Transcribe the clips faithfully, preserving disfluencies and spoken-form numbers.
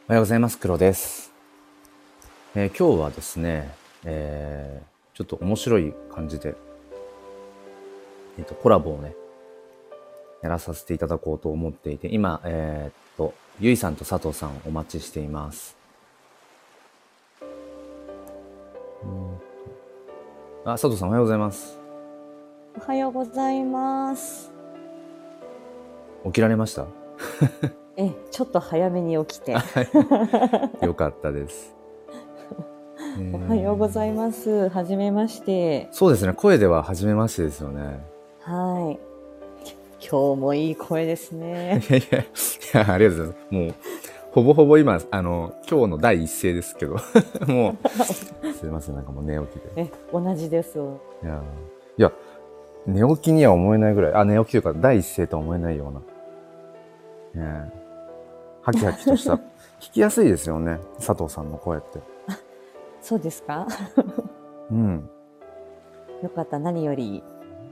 おはようございます。黒です。えー今日はですね、えーちょっと面白い感じで、えっと、コラボをね、やらさせていただこうと思っていて、今、えーっと、ゆいさんと佐藤さんお待ちしています。あ、佐藤さんおはようございます。 おはようございます。 起きられました？ え、ちょっと早めに起きて。 はい。よかったです。えおはようございー、 ます。はじめまして。 そうですね、声では初めましてですよね。 はい。今日もいい声ですいね。 やいや、いや、ありがとうございます。もう、ほぼほぼ今、あの、今日の第一声ですけど、もう、すいません、なんかもう寝起きで。 え、同じです。 いやー、いや、寝起きには思えないぐらい、あ、寝起きというか、第一声とは思えないような、ねえ、ハキハキとした、聞きやすいですよね、佐藤さんの声って。 そうですか？ うん。 よかった。何より。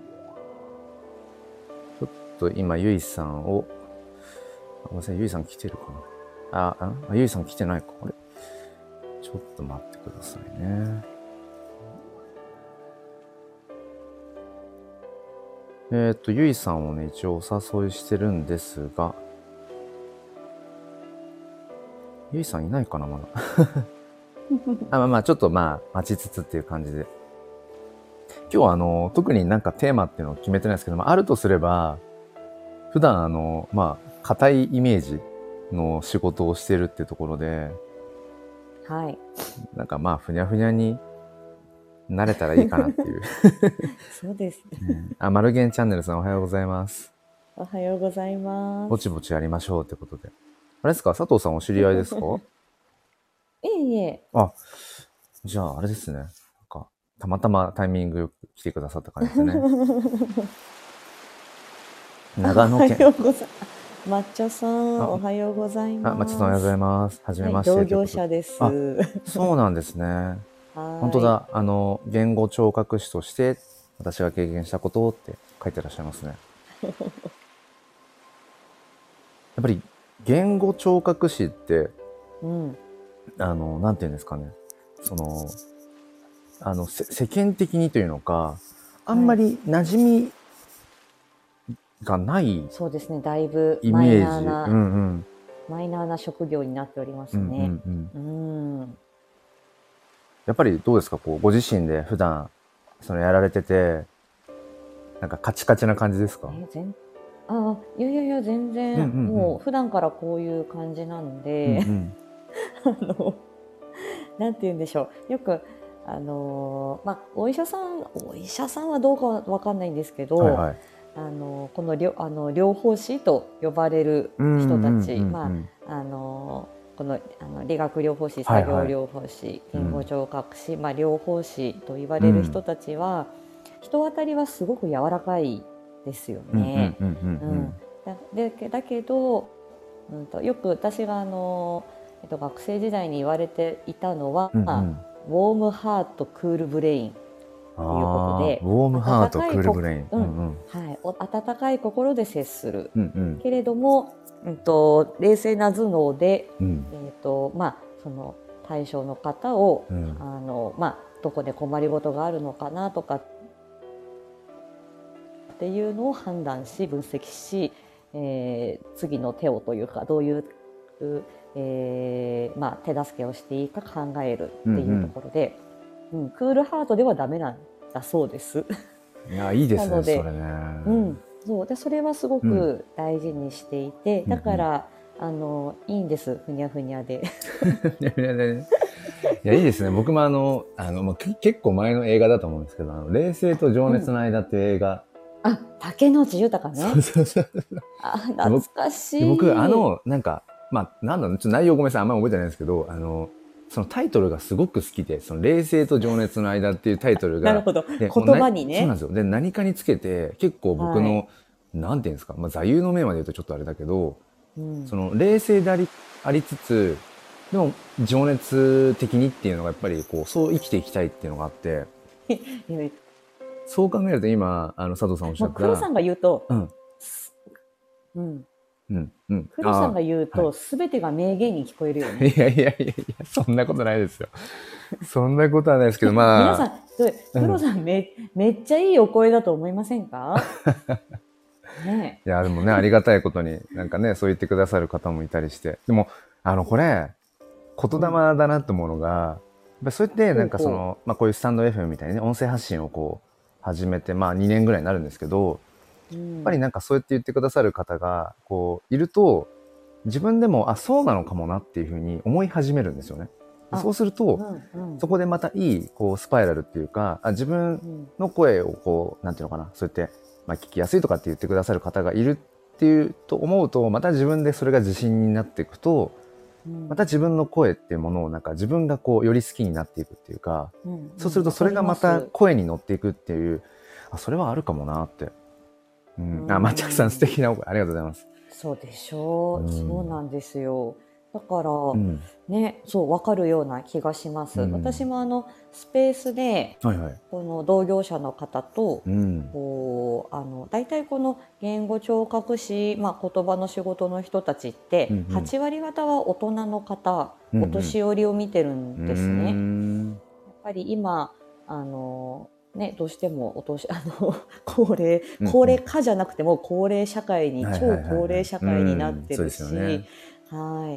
ちょっと今、ゆいさんを、あ、ごめんなさい、ゆいさん来てるかな。あ、あ、ゆいさん来てないか。あれ、ちょっと待ってくださいね。えっと、ゆいさんをね、一応お誘いしてるんですが、ゆいさんいないかな、まだ。あ、まあまあ、ちょっとまあ、待ちつつっていう感じで。今日はあの、特になんかテーマっていうのを決めてないですけど、まあ、あるとすれば、普段あの、まあ、硬いイメージの仕事をしてるっていうところで、 はい。 なんかまあ、ふにゃふにゃになれたらいいかなっていう。 そうです。 あ、マルゲンチャンネルさんおはようございます。 おはようございます。 ぼちぼちやりましょうってことで。あれですか、佐藤さんお知り合いですか？ いえいえ。 あ、じゃああれですね。なんか、たまたまタイミングよく来てくださった感じですね。 あ、おは長野県。 ようございます。抹茶さん、 あ、 おはようございあ、まちさんおはようございます。 ます。はじめはい、 まし同てということで。 業者であ、 す。 そうなんですね。本当はい。 だ。あの、言語聴覚士として私が経験したことって書いてらっしゃいますね。やっぱり言語聴覚士って、 うん。 あの、なんていうんですかね。その、あの、せ世間的にというのか、あんはい。 まり馴染みがないそうですね。だいぶイマイメージ。うナーな、 んうん。 マイナーな職業になっておりまうんうすね。 んうん。 うーん。 やっぱりどうですか、こう、ご自身で普段、そのやられてて、なんかカチカチな感じですか？ え、全ああ、いやいやいや、全うんう然、もんう普段からこういう感じなんうん。うんで、 うん。 あの、なんて言うんでしょう。よく、あの、まあ、お医者さんお医者さんはどうかわかんないんですけど、 はいはい。 あの、このりょあの、療法士と呼ばれるうんうんう人たち、まんうん。 あ、あの、この、あの、理学療法士、作業はいはい。 療法士、 うん。 言語聴覚士、まあ、療法士と言わうん。 れる人たちは、人当たりはすごく柔らかいですようんうんね。 うんうんうん。だでだけど、うんと、よく私があの、えっと、学生時代に言われていたのは、 うん。うんうん。 ウォームハートクールブレインということああ、ウで、 ォームハート、クールブ温かいこ、 レイン。 うん、 うんうん。 はい、お温かい心で接する。 うんうん。 けれども、うんと、冷静な頭脳で、 うん。 えっと、まあ、その対象の方を、 うん。 あの、まあ、どこで困りごとがあるのかなとかっていうのを判断し、分析し、えー次の手をというか、どういう、えーまあ、手助けをしていいか考えるっていうとうんころで、うん、クールハートではダメなんだそうです。 うん。いや、いいですね、そなので、 れね。 うん、そうでそれはすごうん。 く大事にしていて、 うんうん。 だからあのいいんです、ふにゃふにゃで。 いやいやいやいや、いいですね。僕もあの、あの、まあ、け結構前の映画だと思うんですけど、あの、冷静と情うん、 熱の間っていう映画。 あ、竹野内豊ね。 そうそうそう。 あ、懐で僕、 かで僕、あしい。 の、なんか、まあ、なんだろう、ちょっと内容ごめんなさい、あんまり覚えてないんですけど、あの、そのタイトルがすごく好きで、その冷静と情熱の間っていうタイトルが、 なるほど、 で、もう言な、 葉にね。 そうなんですよ。で、何かにつけて、結構僕はい。 の、なんていうんですか、まあ、座右の銘まで言うとちょっとあれだけど、 うん。 その冷静であり、ありつつ、でも情熱的にっていうのがやっぱりこう、そう生きていきたいっていうのがあって、 いや、 そう考えると今、あの、佐藤さんおっしゃもうった、 黒さんが言うと、 うん、 うん。 うん、うん。 黒さんが言うはと、すべてが名言に聞こえるよね。 い。いやいやいやいや、そんなことないですよ。そんなことはないですけど、 皆さん、 まあ、 それうん。 黒さんめ、めっちゃいいお声だと思いませんか？ねいや、でもね、ありがたいことに、なんかね、そう言ってくださる方もいたりして。でも、あの、これ、 え。 言霊うん。 だなと思うのが、やっぱりそうやってなんかそほうほの、まあこういうスタンド エフエム みたいにね、音声発信をこう始めて、まあにねんぐらいになるんですけど、やっう。うん。 ぱりなんかそうやって言ってくださる方が、こう、いると、自分でも、あ、そうなのかもなっていうふうに思い始めるんですよね。でそうあ、 すると、 うんうん。 そこでまたいい、こう、スパイラルっていうか、あ、自分うん。 の声をこう、なんていうのかな、そうやって、まあ聞きやすいとかって言ってくださる方がいるっていうと思うと、また自分でそれが自信になっていくと、またうん。 自分の声っていうものをなんか自分がこうより好きになっていくっていうか、 うんうん。 そうするとわかりそれがまたます。 声に乗っていくっていう、あ、それはあるかもなって。ううん。あ、まちゃくさん素ん。 敵なお声ありがとうございます。 そうでしうょう。そうん。 なんですよ。だから、 うん。 ね、そう、わかるような気がしまうす。私ん。 もあの、スペースで、 はいはい。 この同業者の方と、 うん。 こう、あの、大体この言語聴覚士、まあ、言葉の仕事の人たちって、 うんうん。 はち割方は大人の方、おうん年寄りを見てるうんですね。 ん。うーん。 やっぱり今、あの、ね、どうしてもお年、あの、高齢、 うんう高齢化じゃなくても高齢社会ん。 に、 はいは超いはいはい。 高齢社う会になっん。 てるそうですよね。 し、はい。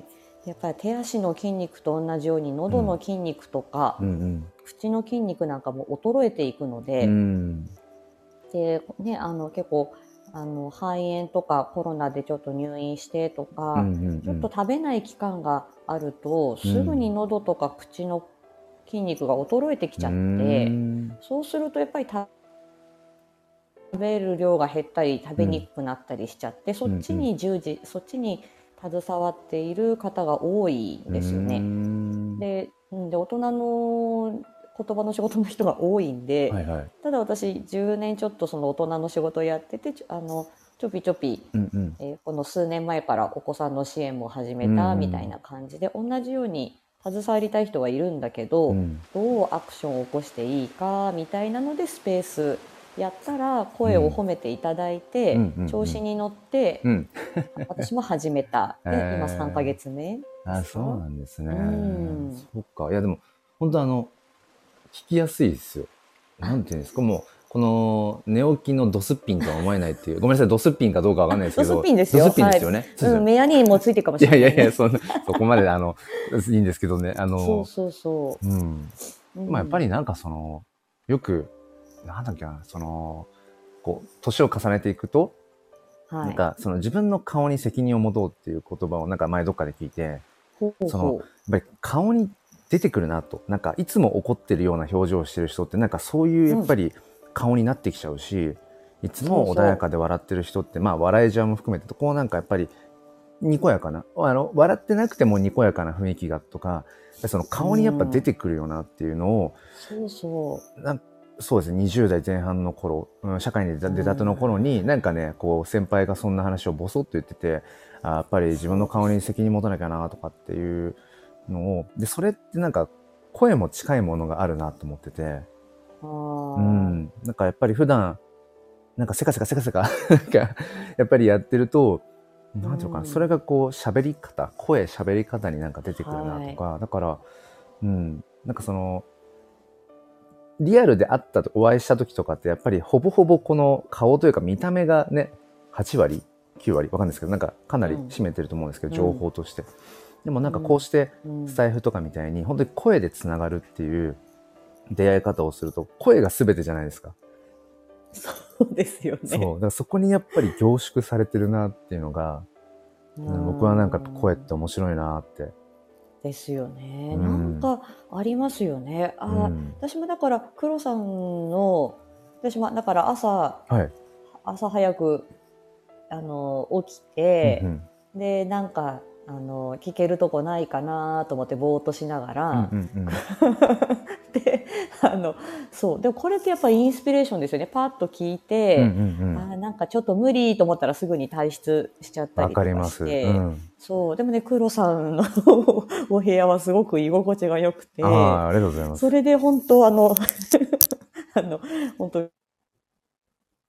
やっぱり手足の筋肉と同じようにうん。 喉の筋肉とかうん口の筋肉なんかも衰えていくのうん。うで、 ん。 で、ね、あの結構あの肺炎とかコロナでちょっと入院してとか、 うんうんちょっと食べない期間があるとうん。うすぐにん。 喉とか口の筋肉が衰えてきうーちゃって、 ん。 そうするとやっぱり食べる量が減ったり食べにうん。 くくなったりしちゃって、そっちうんうん。 に従事、そっちに携わっている方が多いんうーですよね。 ん。 で、うんで大人の言葉の仕事の人が多いんで、 はいはい。 ただ私じゅうねんちょっとその大人の仕事をやってて、ちょあのちょぴちょぴ、 うんうん。 えーこの数年前からお子さんの支援も始うめたみたいんな感じで、同じように携わりたい人はいるんだけど、 うん。 どうアクションを起こしていいかみたいなのでスペースやったらうん。 声を褒めていただいうんて、 うん調子に乗ってうん。うん。 私も始めた。で、今3 えヶ月目ー、あ、そうですか？ なんですうね。 ん。 そっか。いやでも、本当あの、聞きやすいですよ。なんていうんですか、もう、この寝起きのドスッピンとは思えないっていう。ごめんなさい、ドスッピンかどうかわかんないですけど、 ドスピンですよ。 ドスッピンではい。 すよね。そうですうん、 よね。 目やにもついてるかもいしれないね。 やいやいや、そんな、そこまであの、いいんですけどね。あの、 そうそうそうん。 う。うまあやっぱりん。 なんかその、よく、なんだっけな、その、こう、年を重ねていくと、なはい。 んかその自分の顔に責任を持とうっていう言葉をなんか前どっかで聞いて、 ほうその、 ほやっぱり顔に出てくるなと。なんかいつも怒ってるような表情をしてる人ってなんかそういうう。うん。 やっぱり顔になってきちゃうし、いつも穏やそうそかで笑ってる人って、まあ笑いじゃも含めて、こうなんかやっぱりにこやかな、あの、笑ってなくてもにこやかな雰囲気がとか、そのう。 顔にやっぱうん。 出てくるよなっていうのを、 そうそなんそうですね、にじゅう代前半の頃、うん、社会に出たう。う出たてのん。 頃に、なんかね、こう、先輩がそんな話をボソッと言ってて、あやっぱり自分の顔にそうです。 責任持たなきゃなとかっていうのを、で、それってなんか、声も近いものがあるなと思ってて、 あうあ。 ん、なんかやっぱり普段、なんかせかせかせかせか、なんか、やっぱりやってると、 うなんていうのかな、それん。 がこう、喋り方、声喋り方になんか出てくるなはい。 とか、だから、うん、なんかその、リアルで会ったと、お会いした時とかってやっぱりほぼほぼこの顔というか見た目がね、はち割 ?きゅう 割わかんないですけど、なんかかなりうん。 占めてると思うんですけど、情うん。 報として。でもなんかこううん。 してうん。 スタイフとかみたいに本当に声でつながるっていう出会い方をすると、声が全てじゃないですか。 そうですよそう。 ね。 だからそこにやっぱり凝縮されてるなっていうのが、 ううん、僕はなんかやっぱ声っん。 て面白いなって。 ですよね。 うなんん。 かありますよね。あ、 うん。 私もだから黒さんの、私もだから朝、 はい。 朝早く、あの、起きうんうて、 ん。 で、なんか、あの、聞けるとこないかなと思ってぼーっとしながうんうら、 んうん。 で、あの、そう。でもこれってやっぱりインスピレーションですよね。パッと聞いうんうんて、 うん。 あ、なんかちょっと無理と思ったらすぐに退出しちゃったわかりとかります。うして、 ん。 そう。でもね、黒さんのお部屋はすごく居心地が良くあて、 あ、ありがとうございます。 それで本当あの、あの、本当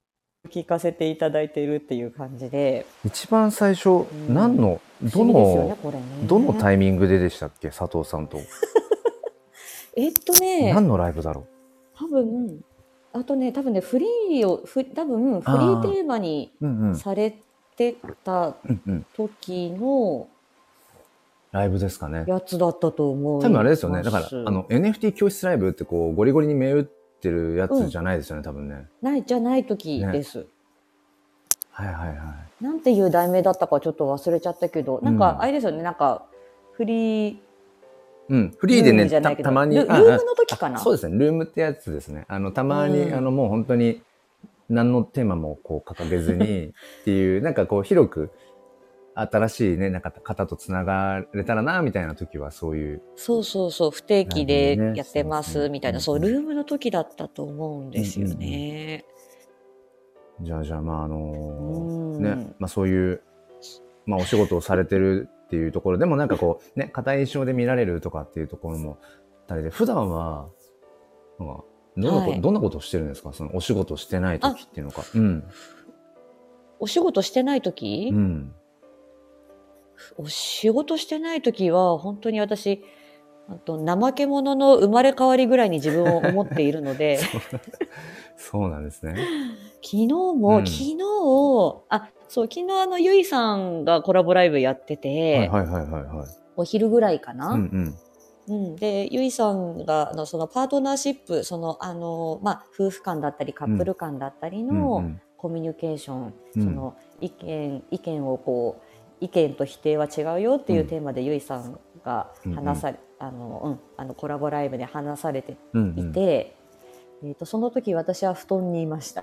聞かせていただいているっていう感じで。 一番最初、 ん何の、ど不思議ですよねの、 これね。 どのタイミングででしたっけ、佐藤さんと。 えっとね、 何のライブだろ多分、あとね、多分ね、フリーを、ふ多分フリーテーマにう。うんうん。 されてたうんうん。 時のライブですかね。 やつだったと思います。 多分あれですよね。だから、あの、エヌエフティー 教室ライブってこう、ゴリゴリに銘打ってるやつじゃないですよね、多分ね。 ない、じゃない時ねです。 はいはいはい。 なんていう題名だったかちょっと忘れちゃったけど、なんか、あれですよね、なんか、フリー、 うん、フリーでルームね、た、 じゃないけど、 たまに、 ルルーあムの時かな。 あそうですね、ルームってやつですね。あの、たまに、 うんあの、もう本当に、何のテーマもこう掲げずにっていう、なんかこう広く、新しいね、なんか方と繋がれたらな、みたいな時はそういう。 そうそうそう、不定期でやってまライブねすみたいな、そう、 うんうんルームの時だったと思うんですよね。 じゃあじゃあ、まああうのん。 ね、まあそういう、まあお仕事をされてるっていうところでもなんかこう、ね、硬い印象で見られるとかっていうところもあったりで、普段は、なんかどんなこ、 はいどんなことをしてるんですか、そのお仕事してない時っていうのか。うん。 お仕事してない時、 うん。 お仕事してない時は、本当に私、あと怠け者の生まれ変わりぐらいに自分を思っているので、 そうそうなんですね。 昨日も、 うん昨日、あ、そう、昨日あの、ゆいさんがコラボライブやってて、 はいはいはいはいはい。 お昼ぐらいかうんな、 うん。 うん、で、ゆいさんが、あの、そのパートナーシップ、その、あの、まあ、夫婦間だったり、カップル間だったりうんのうんコミュニケーション、 うんその、意見、意見をこう、意見と否定は違うよっていうテーマでゆいさんが話され、あの、うん、あの、コラボライブで話されてうんうん。 いて、えっと、その時私は布団にいました。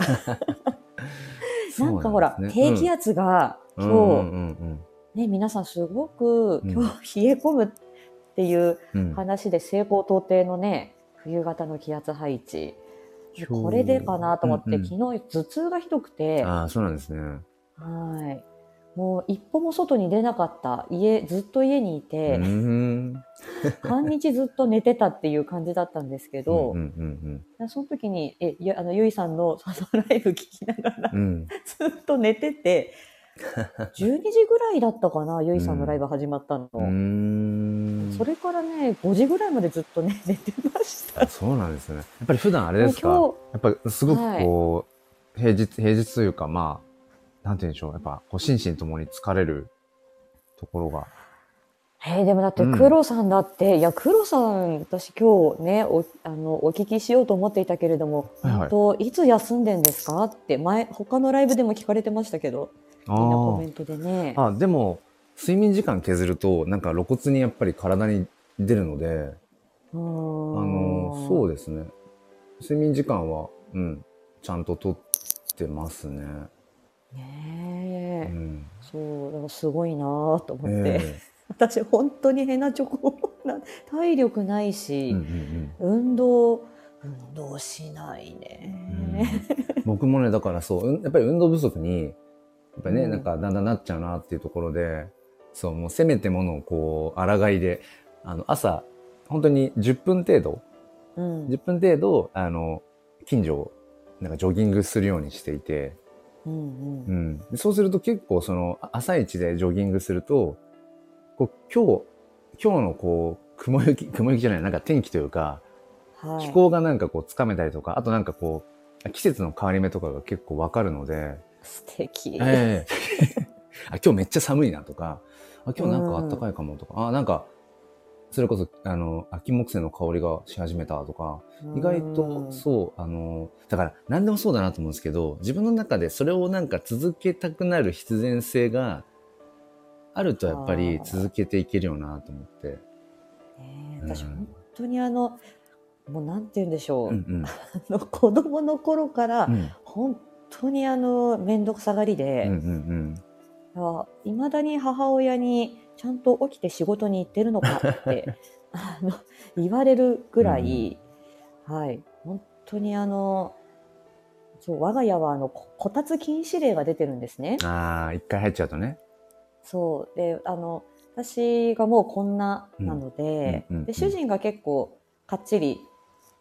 なんかほら、低気圧が今日、 うんうんうんね、皆さんすごくうん今日冷え込むっていううん。 話で西高東低のね、冬型の気圧配置。で今日これでかなと思って、 うんうん昨日頭痛がひどくて、 ああ、そうなんですね。 はい。もう一歩も外に出なかった。家、ずっと家にいうーーて、 ん。 半日ずっと寝てたっていう感じだったんですけど、 うんうんうんその時に、え、ゆあの、ゆいさんのそのライブ聞きながら、 うん。うん。 ずっと寝てて、じゅうにじぐらいだったかな、ゆいさんのライブ始まったの。 うーん。 それからね、ごじぐらいまでずっとね、寝てましたあ。そうなんですね。やっぱり普段あれですか、 もうやっぱりすごくこう、平日、平日というかまあ、なんて言うんでしょう。やっぱこう心身ともに疲れるところが。 えー、でもだって黒さんだって、いや黒さん私今日ね お, あのお聞きしようと思っていたけれども、 はいはい本当いつ休んでんですかって前他のライブでも聞かれてましたけど、みんなコメントでね。 ああ、でも、睡眠時間削ると、なんか露骨にやっぱり体に出るので、 うーあんの、そうですね。睡眠時間は、うん、ちゃんととってますね。 ねえ、 うん。 そうだからすごいなと思って、 え私本当にヘナチョコな体力ないし、 えうんうん運動運動しないうん。 ね。 うん僕もね、だからそう、うんやっぱり運動不足に、やっぱりね、 うんなんかだんだんなっちゃうなっていうところで、そう、もうせめてものをこう、抗いで、あの、朝、本当にじゅっぷん程度、 うんじゅっぷん程度、あの、近所を、なんかジョギングするようにしていて、 うんううんん。でそうすると結構その、あ朝一でジョギングすると、こう、今日、今日のこう、雲行き、雲行きじゃない、なんか天気というか、 はい、 気候がなんかこう、つかめたりとか、あとなんかこう、季節の変わり目とかが結構わかるので、 素敵。 ええあ、今日めっちゃ寒いなとか、あ、今日なんか暖かいかもとか、あ、なんか、それこそ、あの、秋木犀の香りがし始めたとか、意外と、そう、あの、だから何でもそうだなと思うんですけど、自分の中でそれをなんか続けたくなる必然性があるとやっぱり続けていけるよなと思って。 ね、私うん本当にあの、もうなんて言うんでしょう。 うんうん。 あの子供の頃からうん本当にあの面倒くさがりうんうで、 んいまだに母親にちゃんと起きて仕事に行ってるのかってあの言われるぐらい、はい、本当にあの、そう我が家はあのここたつ禁止令が出てるんですね。 うん。ああ、一回入っちゃうとね。 そうで、あの私がもうこんななので、 うんうんうんうんで主人が結構かっちり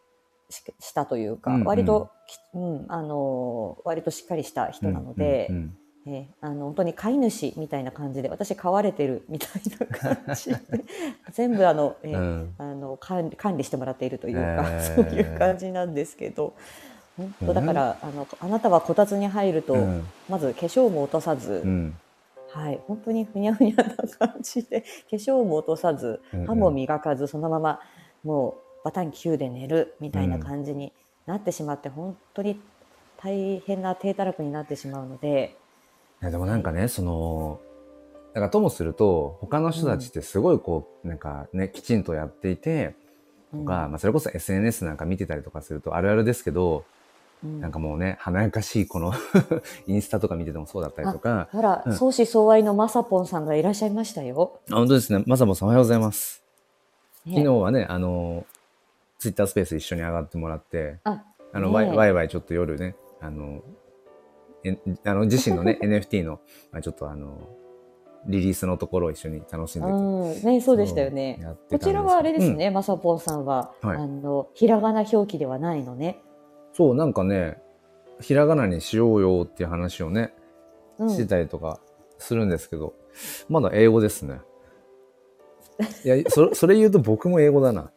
ししたというか、 うんうん割と、うん、あの、割としっかりした人なので、 うんうんうんえーあの本当に飼い主みたいな感じで、私飼われてるみたいな感じで全部あの、えーうんあの管理、管理してもらっているというか、そういうえ感じなんですけど、本ー、 当だかねらあのあなたはこたつに入ると、 うんまず化粧も落とさず、 うんはい、本当にふにゃふにゃな感じで、化粧も落とさず、歯もうんうん磨かず、そのままもうバタンキューで寝るみたいなうん感じになってしまって、本当に大変な低たらくになってしまうので、 いやでもなはい、 んかね、その、だからともすると、他の人たちうん、 ってすごいこう、なんかね、きちんとやっていて、とか、 うん、 まあそれこそ エスエヌエス なんか見てたりとかするとあるあるですけど、 うん。 なんかもうね、華やかしいこのインスタとか見ててもそうだったりとあ、 か、 ほら、 うん。あ、 相思相愛のまさぽんさんがいらっしゃいましたよ。 本当ですね。まさぼさんおはようございます。昨日ね。 はね、あの、ツイッタースペース一緒に上がってもらって、 あ、 あの、ワイワねイワイちょっと夜ね、あの、えあの自身のね、エヌエフティー の、まあ、ちょっとあの、リリースのところを一緒に楽しんえ。 でて、 うん。ね、そうでしたよそう、 ね。 やってこちらはあたんですけど、うん。 れですね、まさぽんさんは、 はい。 あの、ひらがな表記ではないのね。 そう、なんかね、ひらがなにしようよっていう話をね、してうん。 たりとかするんですけど、まだ英語ですね。いや、それ、それ言うと僕も英語だな。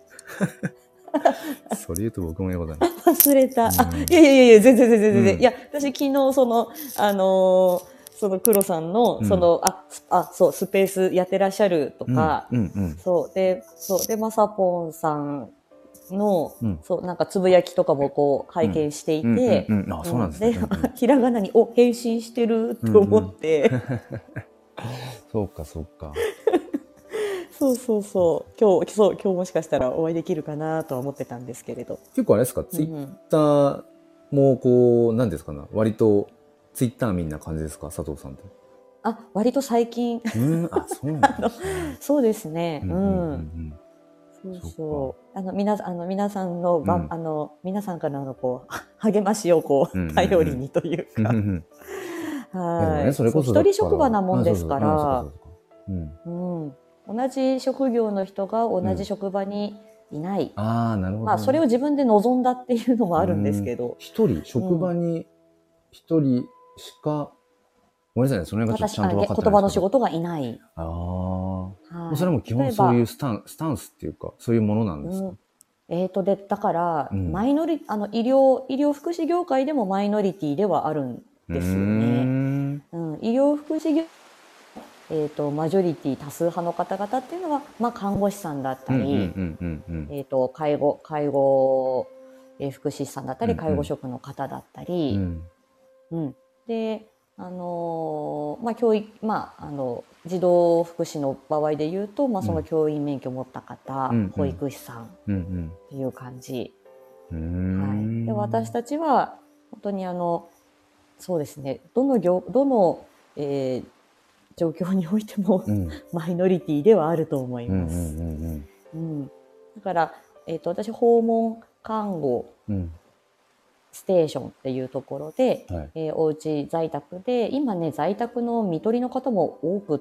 それ言うと僕も英語だな。 忘れた。あ、 うんいやいやいや、全然全然全然。いうんや、私昨日その、あのーその黒さんの、 うんその、あ、すあ、そう、スペースやってらっしゃるとうんか、 うんうんそう、で、そう、で、まさぽんさんの、 うんそう、なんかつぶやきとかもこう、 うん拝見していうんうんて、 うんあ、 うん、で、 そうなんですね。うんうんひらがなに、お、返信してるうんと思うんって、 そうかそうか。 そうそうそう、今日、そう、今日もしかしたらお会いできるかなとは思ってたんですけれど。 結構あれですか、ツイッうんうん。 ターもこう、なんですかね、割とツイッターみんな感じですか、佐藤さんって。 あ、割と最近、 うーん、あ、そうなんですね。 そうですね、ううんうんうんうん。 ん。 そうそっか。 そう。あの、みな、あの、皆さんのば、 うん。 あの、皆さんからの、こう、励ましを、こうんうう、 んうん。 頼りにというか。 うんうんうん。いやでもね、 はい。そう、 それこそ一人職だから、 場なもんあ、 ですかそうそう、あ、そうかそら、 うか。うん。 うん。同じ職業の人が同うん。 じ職場にいない。 ああ、なるほまあ、それどね。 を自分で望んだっていうのもうあるんですーん。 けど、 一人、職うん。 場に一人しか、ごめんなさいね、その辺がちょっとち私、あ、 ゃんと分かってげ言ないんですけど。 葉の仕事がいない。 ああ。もうそはい。 れはもう基本そういう例えば、 スタン、スタンスっていうか、そういうものなんですか？ うん。えーと、で、だから、 うん。 マイノリ、あの、医療、医療福祉業界でもマイノリティではあるんうーですよね。 ん。 うん、医療福祉業、えーと、マジョリティ多数派の方々っていうのは、まあ、看護師さんだっうんうんうたり、 んうんうん。 えーと、介護、介護、えー福祉士さんだったり、介護うんうん。 職の方だったり、 うん。 うん。で、あのーまあ、教育、まあ、あの、児童福祉の場合で言うと、まあ、そのうん。 教員免許を持ったう方、保んうん。 育士さんっうんていう感じ。 うん。うーはい。で、私ん。 たちは、本当にあの、そうですね、どの業、どの、えー状況においてもうん。 マイノリティではあると思いうんうます。 んうんうん。だから、えっと、私、訪問看護うん。うん。 ステーションっていうところで、 はい。 えーおうち在宅で、今ね、在宅の看取りの方も多くって、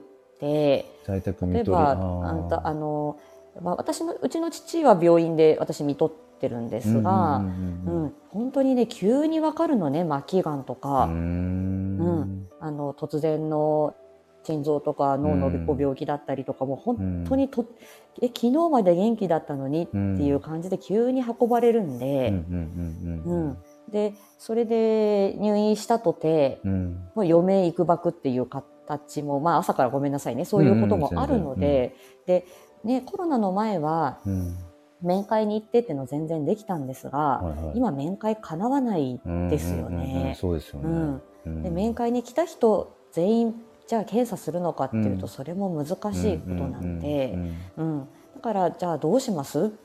在宅看取り。あ例えば、あんた、ああ。 の、まあ、私の、うちの父は病院で私看取ってるんでうんうんすが、ううんん、本当にね、急にわかるのね、末期がんとうんうか、うん、 ん。 あの、突然の心臓とかうーん。 脳のごうん。 病気だったりとかも、本うん。 当にと、え、昨日まで元気だったのにっていううん。 感じで急に運ばれるんうんうで、うんん。で、それで入院したとて、 うんうん。うん。 もう余命いくばくっていう形も、まあ朝からごめんなさいね、そういうことうんうん、 もある全然。うん。 ので、で、ね、コロナの前はうん。 面会に行ってっていうの全然できたんですが、 はいはい。 今面会叶わないうんうですよんうんうん。 ね。 そうですよね。 うん。 うで、面ん。 会に来た人全員、じゃあ検査するのかっていうと、 うん。 それも難うんうしいことなんんうで、 んうん。だから、じゃあどうしますって、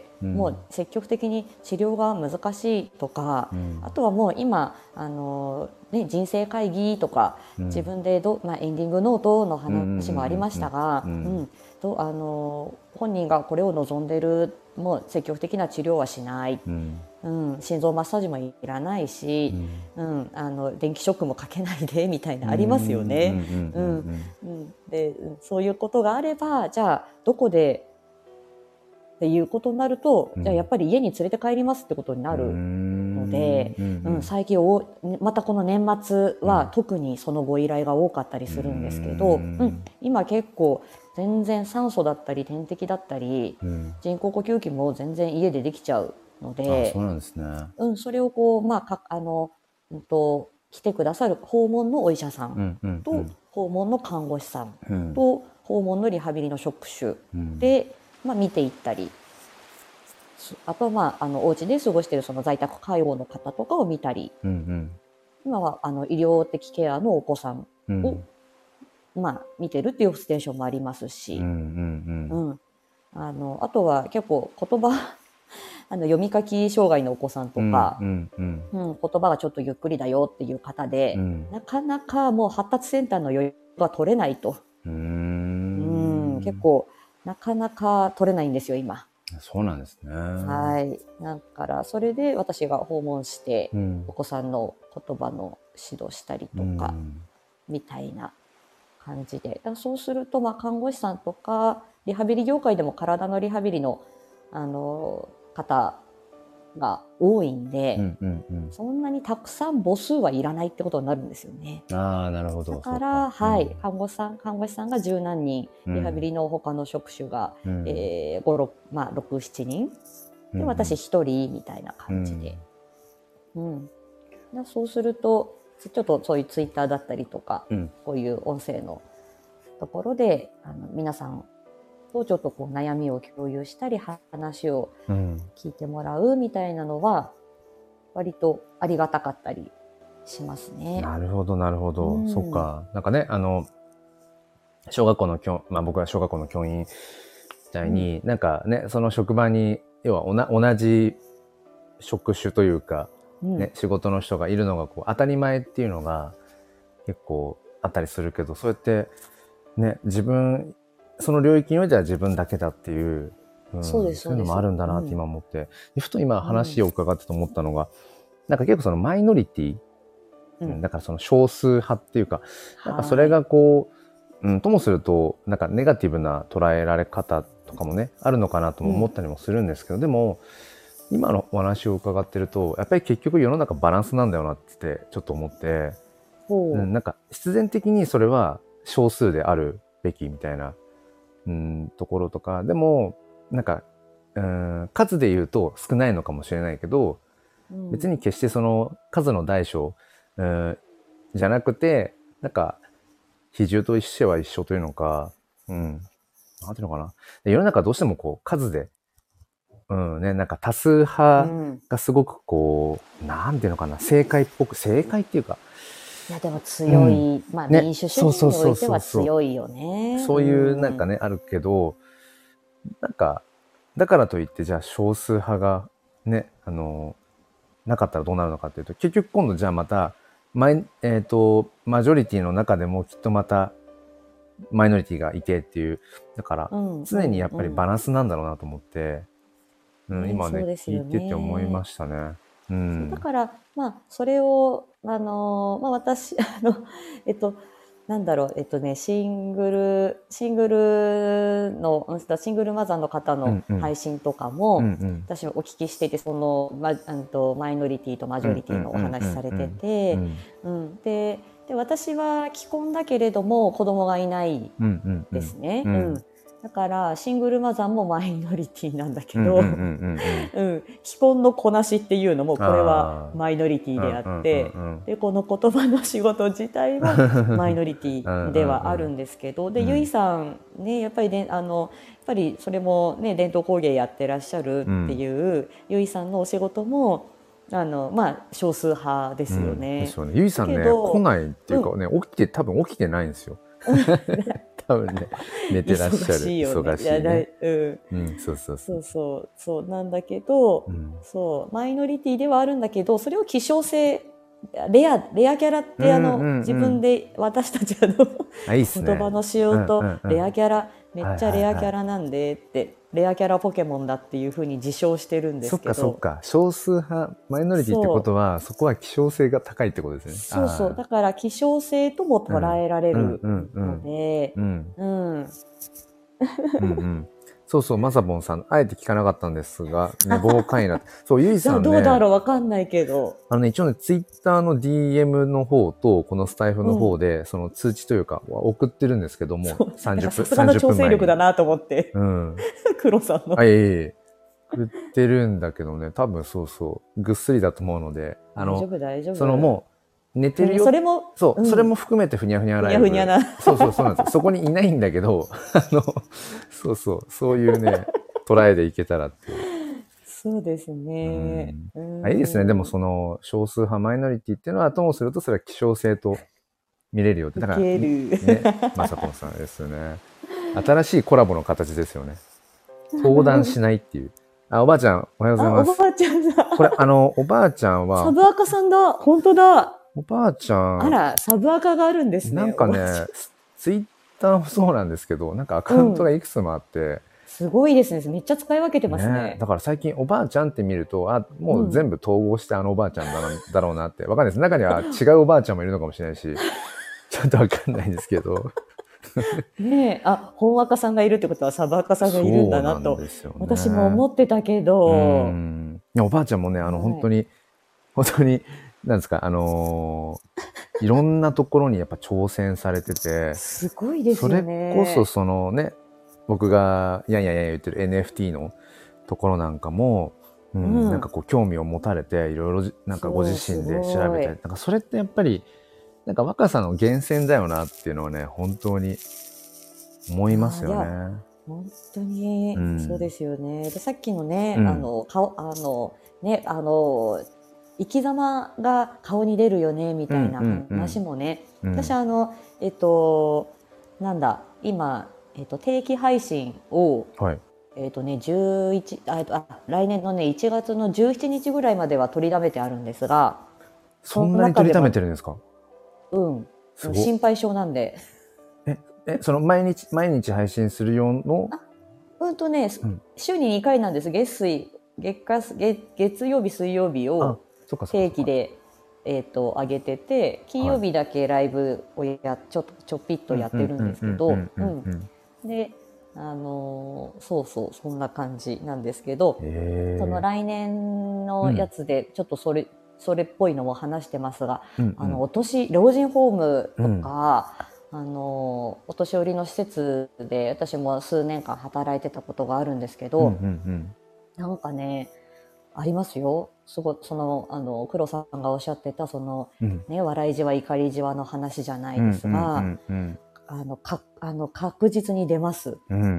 うん。うん。 もう積極的に治療が難しいとか、 うん。 あとはもう今、あの、ね、人生会議とか、自うん。 分でど、まあ、エンディングノートのうんうんうん話もありましたが、 うん。ううん。 ん、と、あの、本人がこれを望んでる、もう積極的な治療はしない。 うん。 うん、心臓マッサージもいらないし、 うん。 うん、あの電気ショックもかけないでみたいうん。 なありますようん。うね。うん、 ん。 うん、で、そういうことがあれば、じゃあどこでっていうことになると、 うんじゃあやっぱり家に連れて帰りますってことになるので、 うんうん、最近おまたこの年末は特にそのご依頼が多かったりするんですけど、 ううんん、今結構全然酸素だったり点滴だったりうん人工呼吸器も全然家でできちゃうのあ、 で、 そうなんですね。 うん、それをこう、まあ、かあの、うんと、来てくださる訪問のお医者さうんんうんうとん訪問の看護師さんうんと訪問のリハビリの職種うんで、まあ、見ていったり、すあとは、まあ、あのお家で過ごしているその在宅介護の方とかを見たり、 うん今はあの医療的ケアのお子さんを、 うんうんまあ、見てるっていうステーションもありますし、 うんうんうんうん、あのあとは結構言葉あの読み書き障害のお子さんとか、 うんうんうん、言葉がちょっとゆっくりだよっていう方で、 うんなかなかもう発達センターの余裕が取れないと、 うーうん、結ん構なかなか取れないんですよ今。 そうなんですね。 はい。だからそれで私が訪問してうんお子さんの言葉の指導したりとかうんみたいな感じで、だからそうするとまあ看護師さんとかリハビリ業界でも体のリハビリのあの方が多いんで、 うんうんうんそんなにたくさん母数はいらないってことになるんですよね。 ああ、なるほど。 だから、 そうはい、看護師さん、看護師さんが十何人、 うんリハビリの他の職種が、 うんえー、ご、ろく、まあ、ろく、しちにん。で、 うんうん私一人みたいな感じで。うん。だそうすると、ちょっとそういうツイッターだったりとか、 うんこういう音声のところで、あの皆さんとちょっとこう悩みを共有したり、話をうん聞いてもらうみたいなのは、割とありがたかったりしますね。 なるほど、なるほど。 うんそっか。なんかね、あの、小学校の教、まあ僕は小学校の教員みたいに、なんかね、その職場に、要はおな同じ職種というか、 うんね、仕事の人がいるのがこう当たり前っていうのが結構あったりするけど、そうやってね、自分、その領域においては自分だけだっていう、うん、 そうですそういうのもあるんだなってうん今思って、でふと今話を伺ってと思ったのが、なんか結構そのマイノリティ、 ううんん、だからその少数派っていうか、なんかそれはいがこう、うん、ともすると、なんかネガティブな捉えられ方とかもね、あるのかなとも思ったりもするんですけど、でも、今のお話を伺ってると、やっぱり結局世の中バランスなんだよなってちょっと思って、 ほう、 うん、なんか必然的にそれは少数であるべきみたいな、うん、ところとか、でも、なんか、うん、数で言うと少ないのかもしれないけど、 うん別に決してその数の大小、うんじゃなくて、なんか、比重としては一緒というのか、うん。なんていうのかな。で世の中どうしてもこう、数で、うんね、なんか多数う派ん、 がすごくこう、なんていうのかな、正解っぽく、正解っていうか、 いやでも強い、まあね民主主義においてはそうそうそうそう強いよね。 そういうなんかね、あるけど、なんか、だからといってじゃあ少数派がね、あの、なかったらどうなるのかっていうと、結局今度じゃあまた、マイ、えっと、マジョリティの中でもきっとまたマイノリティがいてっていう、だからうん、 常にやっぱりバンランスなんだろうなと思って、うん、 ね今ね、 そうです聞よねいてて思いましたね。うん。 だからまあそれをあのまあ私あのえっとなんだろうえっとねシングルシングルのうんシングルマザーの方のうんうん配信とかも、 うんうん私お聞きしていてそのマあんとマイノリティとマジョリティのお話されてて、うんでで私は既婚だけれども子供がいないうんうんうんですね。 ううんんだからシングルマザーもマイノリティなんだけど、 うんうんうんうんうんうん、既婚のこなしっていうのもこれはあーマイノリティであって、 うんうんうんうんでこの言葉の仕事自体もマイノリティではあるんですけど、でうんゆいさんねやっぱりねあのやっぱりそれもね伝統工芸やってらっしゃるっていう、ゆいさんのお仕事もあのまあ少数派ですようんね。 ですよね。ゆいさんね、 だけど来ないっていうかね、起きて、多分起きてないんですよ。多分ね、寝てらっしゃる。 忙しいよね。 忙しいいやだね。 うんうん、そうそうそ。 そううそうそうなんだけど、 うんそうマイノリティではあるんだけどそれを希少性レアレアキャラってあの、 うんうんうん自分で私たちあのあ、いいっすね。 言葉の仕様とうんうんうんレアキャラ、めっちゃレアキはいはいャラなんでって、レアキャラポケモンだっていうふうに自称してるんでそっすけどかそっか。少数派、マイノリティってことは、そこは希少性が高いってことですね。 そうそうあーだから希少性とも捉えられるうんうんうんのでうん。 うんうんうん。 そうそう、まさぼんさん、あえて聞かなかったんですが、寝坊会な。そう、ゆいさんね。 どうだろうわかんないけど。 あのね、一応ね、ツイッターの ディーエム の方と、このスタイフの方で、うん、その通知というか、送ってるんですけども、さんじゅっぷん、 さすがの調整力だなと思って。 うん。 黒さんの。 あ、いえいえ。送ってるんだけどね、多分そうそう、ぐっすりだと思うので、あの、 大丈夫、大丈夫。 そのもう、寝てるよ。 それも、 そう、うん、それも含めてふにゃふにゃライブ。 ふにゃふにゃな。 そうそう、そうなんです。そこにいないんだけど、あの、そうそう、そういうね、トライでいけたらっていう。 そうですね。 うん、あ、いいですね。でもその少数派マイノリティっていうのはともするとそれは希少性と見れるよって。だからね、まさぽんさんですね。新しいコラボの形ですよね。相談しないっていう。あ、おばあちゃんおはようございます。 おばあちゃんだ。 これあのおばあちゃんはサブアカさんだ。本当だ。 おばあちゃん。 あら、サブアカがあるんですね。 なんかね、ツイッターもそうなんですけど、なんかアカウントがいくつもあって、うん、 すごいですね。めっちゃ使い分けてますね。 ね、だから最近おばあちゃんって見ると、あ、もう全部統合してあのおばあちゃんだな、うん、だろうなって。わかんないです。中には違うおばあちゃんもいるのかもしれないし、ちょっとわかんないですけど。 ねえ、あ、本若さんがいるってことはサブアカさんがいるんだなと、ね、私も思ってたけど。 うん、いやおばあちゃんもね、あの、はい、本当に、本当に、なんですか、あのー、いろんなところにやっぱ挑戦されてて、 すごいですよね。 それこそそのね、僕がやんやんやん言ってる エヌエフティー のところなんかも、うんうん、なんかこう興味を持たれていろいろなんかご自身で調べたり、なんかそれってやっぱりなんか若さの源泉だよなっていうのはね、本当に思いますよね。 本当にそうですよね。うん、でさっきのね、うん、あの顔あのねあの生き様が顔に出るよねみたいな話もね、うんうんうん、私あのえっとなんだ今えっと定期配信を、はい、えっとねじゅういちああ来年のねいちがつのじゅうしちにちぐらいまでは取りだめてあるんですが、 そんなに取りだめてるんですか？ うん、心配性なんで。 ええその毎日毎日配信する用の？ うんとね、うん、週ににかいなんです。月水月火月月曜日水曜日を定期でえっと上げてて、金曜日だけライブをやちょっとちょっぴっとやってるんですけど、で、あのー、そうそうそんな感じなんですけど、その来年のやつでちょっとそれ、うん、それっぽいのも話してますが、うんうん、あのお年老人ホームとか。うんあのお年寄りの施設で私も数年間働いてたことがあるんですけど、うんうんうん、なんかねありますよ。すごいそのあの黒さんがおっしゃってたその、うんね、笑いじわ怒りじわの話じゃないですが、うんうんうんうん、あのかあの確実に出ます。うんうんうん、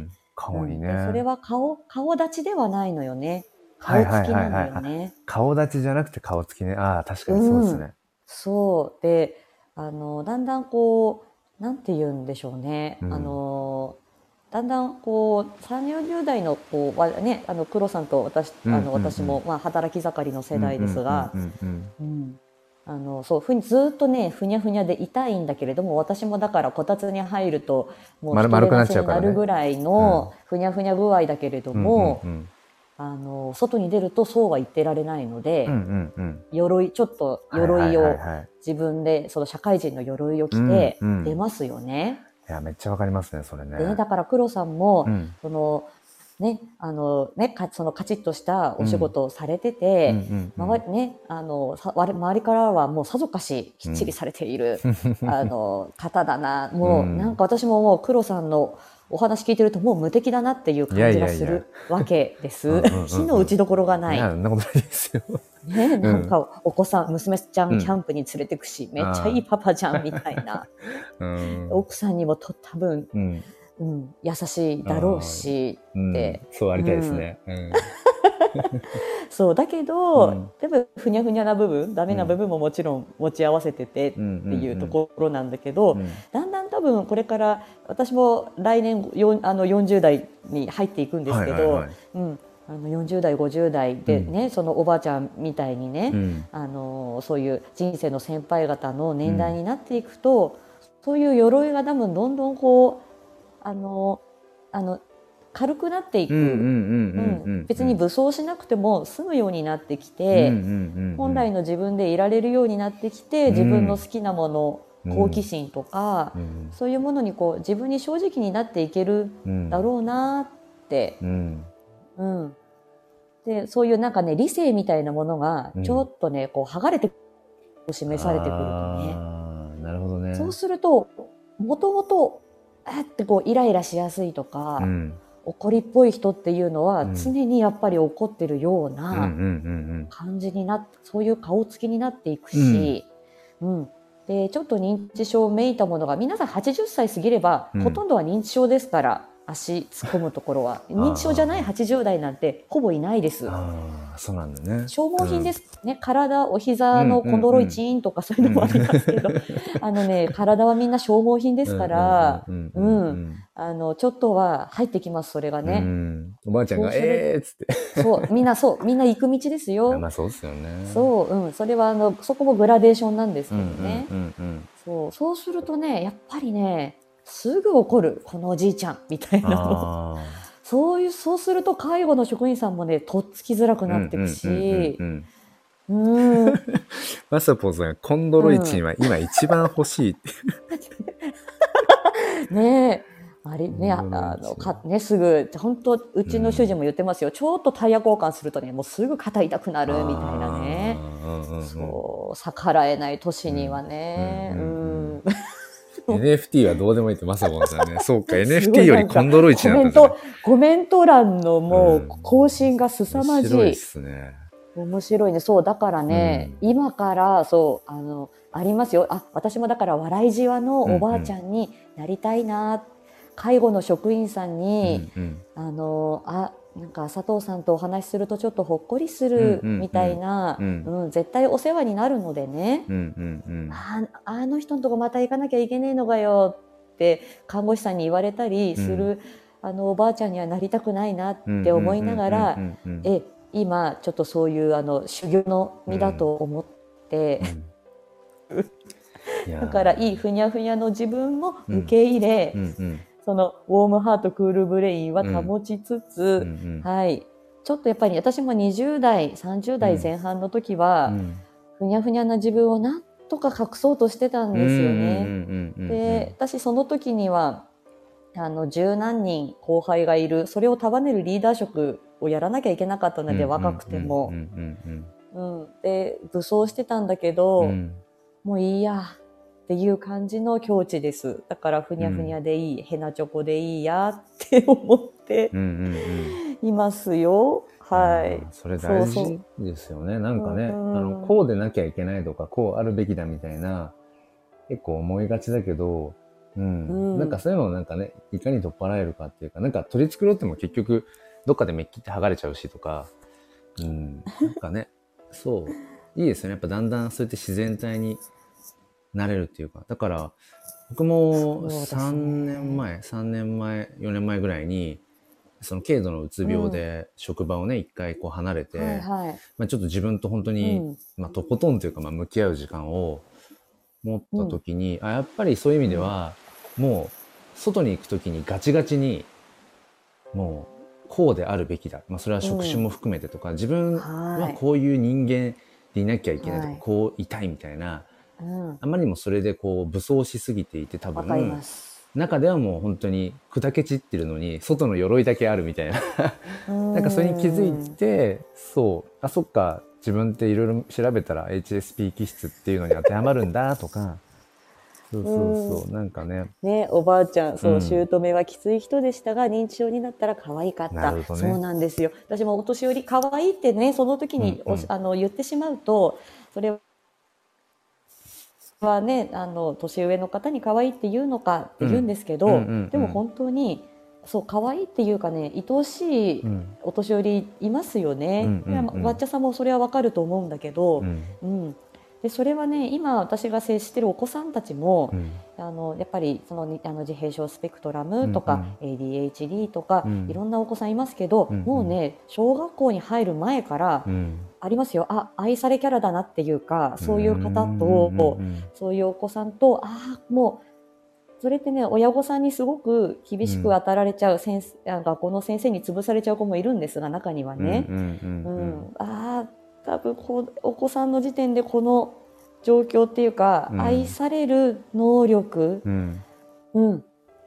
顔にね、 うん、それは顔顔立ちではないのよね。顔つきなのよね、はいはいはいはい。 顔立ちじゃなくて顔つきね。ああ確かにそうですね。うん、 そうで。あのだんだんこうなんて言うんでしょうね、うん、あのだんだんこうさんじゅう、よんじゅう代のこうはねあの黒さんと私あの、うんうんうん、私もまあ働き盛りの世代ですが、あのそうふずっとねふにゃふにゃで痛いんだけれども、私もだからこたつに入るともう一人立ちになるぐらいのふにゃふにゃ具合だけれども。うんうんうん、あの外に出るとそうは言ってられないので、うんうんうん、鎧ちょっと鎧を自分でその社会人の鎧を着て出ますよね。 うんうん、いやめっちゃわかりますねそれね。 でだから黒さんも、うん、そのねあのねかそのカチッとしたお仕事をされてて、周りねあのさ周りからはもうさぞかしきっちりされている、うん、あの方だな。もう、うん、なんか私ももう黒さんのお話聞いてるともう無敵だなっていう感じがするわけです。火の打ちどころがない。 いや、そんなことないですよ。 ね、なんかお子さん、娘ちゃんキャンプに連れてくし、うん、めっちゃいいパパじゃんみたいな。うん、奥さんにもと多分、うんうん、優しいだろうしって、 うん、そうありたいですね。うん、 そうだけど、うん、でもふにゃふにゃな部分、ダメな部分ももちろん持ち合わせててっていうところなんだけど、うんうんうん、だんだん多分これから私も来年よあのよんじゅう代に入っていくんですけど、はいはいはい、うん、あのよんじゅう代ごじゅう代でね、うん、そのおばあちゃんみたいにね、うん、あのそういう人生の先輩方の年代になっていくと、うん、そういう鎧が多分どんどんこうあのあの軽くなっていく、別に武装しなくても済むようになってきて、本来の自分でいられるようになってきて、自分の好きなもの、うん、好奇心とか、うん、そういうものにこう自分に正直になっていけるだろうなって、 うんうん、でそういうなんかね理性みたいなものがちょっとね、うん、こう剥がれて示されてくるとね、 あーなるほどね。 そうするともともとあってこうイライラしやすいとか、うん、怒りっぽい人っていうのは常にやっぱり怒ってるような感じになって、そういう顔つきになっていくし、うんうん、でちょっと認知症めいたものが皆さんはちじゅっさい過ぎれば、うん、ほとんどは認知症ですから、足突っ込むところは認知症じゃないはちじゅう代なんてほぼいないです。 ああ、そうなんだね。 消耗品ですね、うん、体お膝のコンドロイチンとかそういうのもありますけど、うんうんうん、あのね体はみんな消耗品ですからあのちょっとは入ってきます、それがね、うん、 おばあちゃんがえーっつってそうみんなそうみんな行く道ですよ。 まあそうですよね。 そう、うん、それはあのそこもグラデーションなんですけどね、うんうんうんうん、そうそうするとねやっぱりねすぐ怒るこのおじいちゃんみたいなのそういうそうすると介護の職員さんもねとっつきづらくなっていくし、 まさぽんさんコンドロイチンは今一番欲しいって、 うん、ねえあれね、あのかねすぐ本当うちの主人も言ってますよ、うん、ちょっとタイヤ交換するとねもうすぐ肩痛くなるみたいなね、うんうん、そう逆らえない年にはね、うんうんうんエヌエフティー はどうでもいいってまさぼんさんね。そうか エヌエフティー よりコンドロイチンだったんですね。 コメント欄のもう更新が凄まじい、うん、面白いですね。 面白いね。そうだからね、うん、今からそうあのありますよ。あ私もだから笑いじわのおばあちゃんになりたいな、うんうん、介護の職員さんに、うんうん、あのあなんか佐藤さんとお話しするとちょっとほっこりするみたいな、うんうんうん、絶対お世話になるのでね、うんうんうん、あ, あの人のとこまた行かなきゃいけねえのかよって看護師さんに言われたりする、うん、あのおばあちゃんにはなりたくないなって思いながら、え今ちょっとそういうあの修行の身だと思って、うんうん、だからいいふにゃふにゃの自分も受け入れ、うんうんうんそのウォームハートクールブレインは保ちつつ、うんうんうん、はい、ちょっとやっぱり私もにじゅう代さんじゅう代前半の時は、うん、ふにゃふにゃな自分をなんとか隠そうとしてたんですよね。で私その時にはあの十何人後輩がいるそれを束ねるリーダー職をやらなきゃいけなかったので、うん、若くても、うん、で武装してたんだけど、うん、もういいやっていう感じの境地です。だからふにゃふにゃでいい、うん、ヘナチョコでいいやって思っていますよ。うんうんうん、はい。 それ大事ですよね。そうそうなんかね、うん、あのこうでなきゃいけないとかこうあるべきだみたいな結構思いがちだけど、うん、うん、なんかそういうのをなんかねいかに取っ払えるかっていうかなんか取り繕っても結局どっかでめっきって剥がれちゃうしとか、うん、なんかねそういいですよね。やっぱだんだんそうやって自然体になれるっていうか、だから僕もさんねんまえ、さんねんまえ、よねんまえぐらいにその軽度のうつ病で職場をね一回こう離れて、はいはいまあ、ちょっと自分と本当に、うんまあ、とことんというかまあ向き合う時間を持った時に、うん、あやっぱりそういう意味では、うん、もう外に行く時にガチガチにもうこうであるべきだ、まあ、それは職種も含めてとか、うん、自分はこういう人間でいなきゃいけないとか、はい、こういたいみたいな、うん、あまりにもそれでこう武装しすぎていて多分中ではもう本当に砕け散ってるのに外の鎧だけあるみたいななんかそれに気づいてそうあそっか自分っていろいろ調べたら エイチエスピー 気質っていうのに当てはまるんだとかそうそうそうなんかねねおばあちゃんそう、うん、姑はきつい人でしたが認知症になったら可愛かった、ね、そうなんですよ。私もお年寄り可愛いってねその時に、うんうん、あの言ってしまうとそれはねあの年上の方に可愛いって言うのかって言うんですけど、うんうんうんうん、でも本当にそう可愛いっていうかね愛おしいお年寄りいますよね、うんうんうん、わっちゃさんもそれはわかると思うんだけど、うんうん、でそれはね今私が接してるお子さんたちも、うん、あのやっぱりそのあの自閉症スペクトラムとか、うんうん、エーディーエイチディー とか、うん、いろんなお子さんいますけど、うんうん、もうね小学校に入る前からありますよ、あ愛されキャラだなっていうかそういう方と、うんうん、そういうお子さんとあもうそれってね親御さんにすごく厳しく当たられちゃう、うん、先生学校の先生に潰されちゃう子もいるんですが中にはね、うんうんうんうん、あ多分こお子さんの時点でこの状況っていうか、うん、愛される能力、うんうん、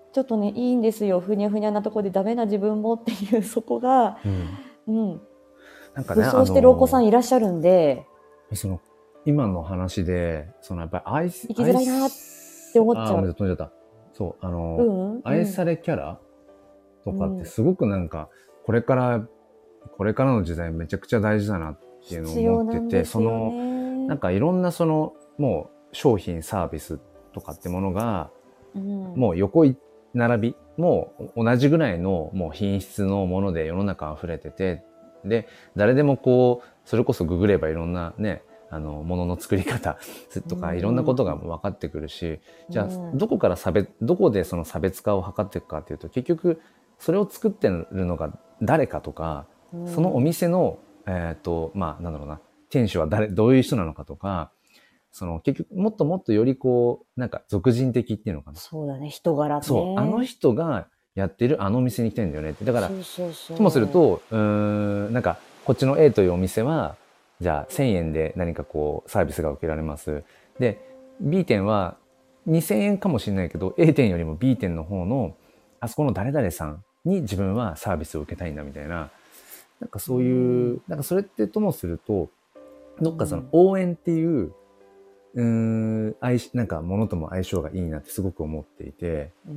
ちょっとね、いいんですよ。ふにゃふにゃなとこでダメな自分もっていう、そこが、 うん。 うん。 なんかね、 武装してるお子さんいらっしゃるんで、 その、今の話で、そのやっぱり愛す、 生きづらいなって思っちゃう。 あ、ごめんなさい、飛んじゃった。そう、あの、 うんうん、 愛されキャラとかってすごくなんか、これから、これからの時代めちゃくちゃ大事だなっていうのを思ってて、その、なんかいろんなその、もう商品、サービスとかってものが、うん、もう横並び、もう同じぐらいのもう品質のもので世の中溢れてて、で、誰でもこう、それこそググればいろんなね、あの、ものの作り方とかいろんなことが分かってくるし、じゃあ、どこから差別、どこでその差別化を図っていくかっていうと、結局、それを作ってるのが誰かとか、そのお店の、えっと、まあ、なんだろうな、店主は誰、どういう人なのかとか、その結局、もっともっとよりこう、なんか俗人的っていうのかな。 そうだね、人柄ね。 そう、あの人がやってるあのお店に来てるんだよねって。だから、 そうそうそう、 ともすると、うーん、なんか、こっちの A というお店は、じゃあせんえんで何かこう、サービスが受けられます。で、B 店はにせんえんかもしれないけど、A 店よりも B 店の方の、あそこの誰々さんに自分はサービスを受けたいんだみたいな、なんかそういう、うん、なんかそれってともすると、どっかその応援っていう、うーん、なんかものとも相性がいいなってすごく思っていて、うん、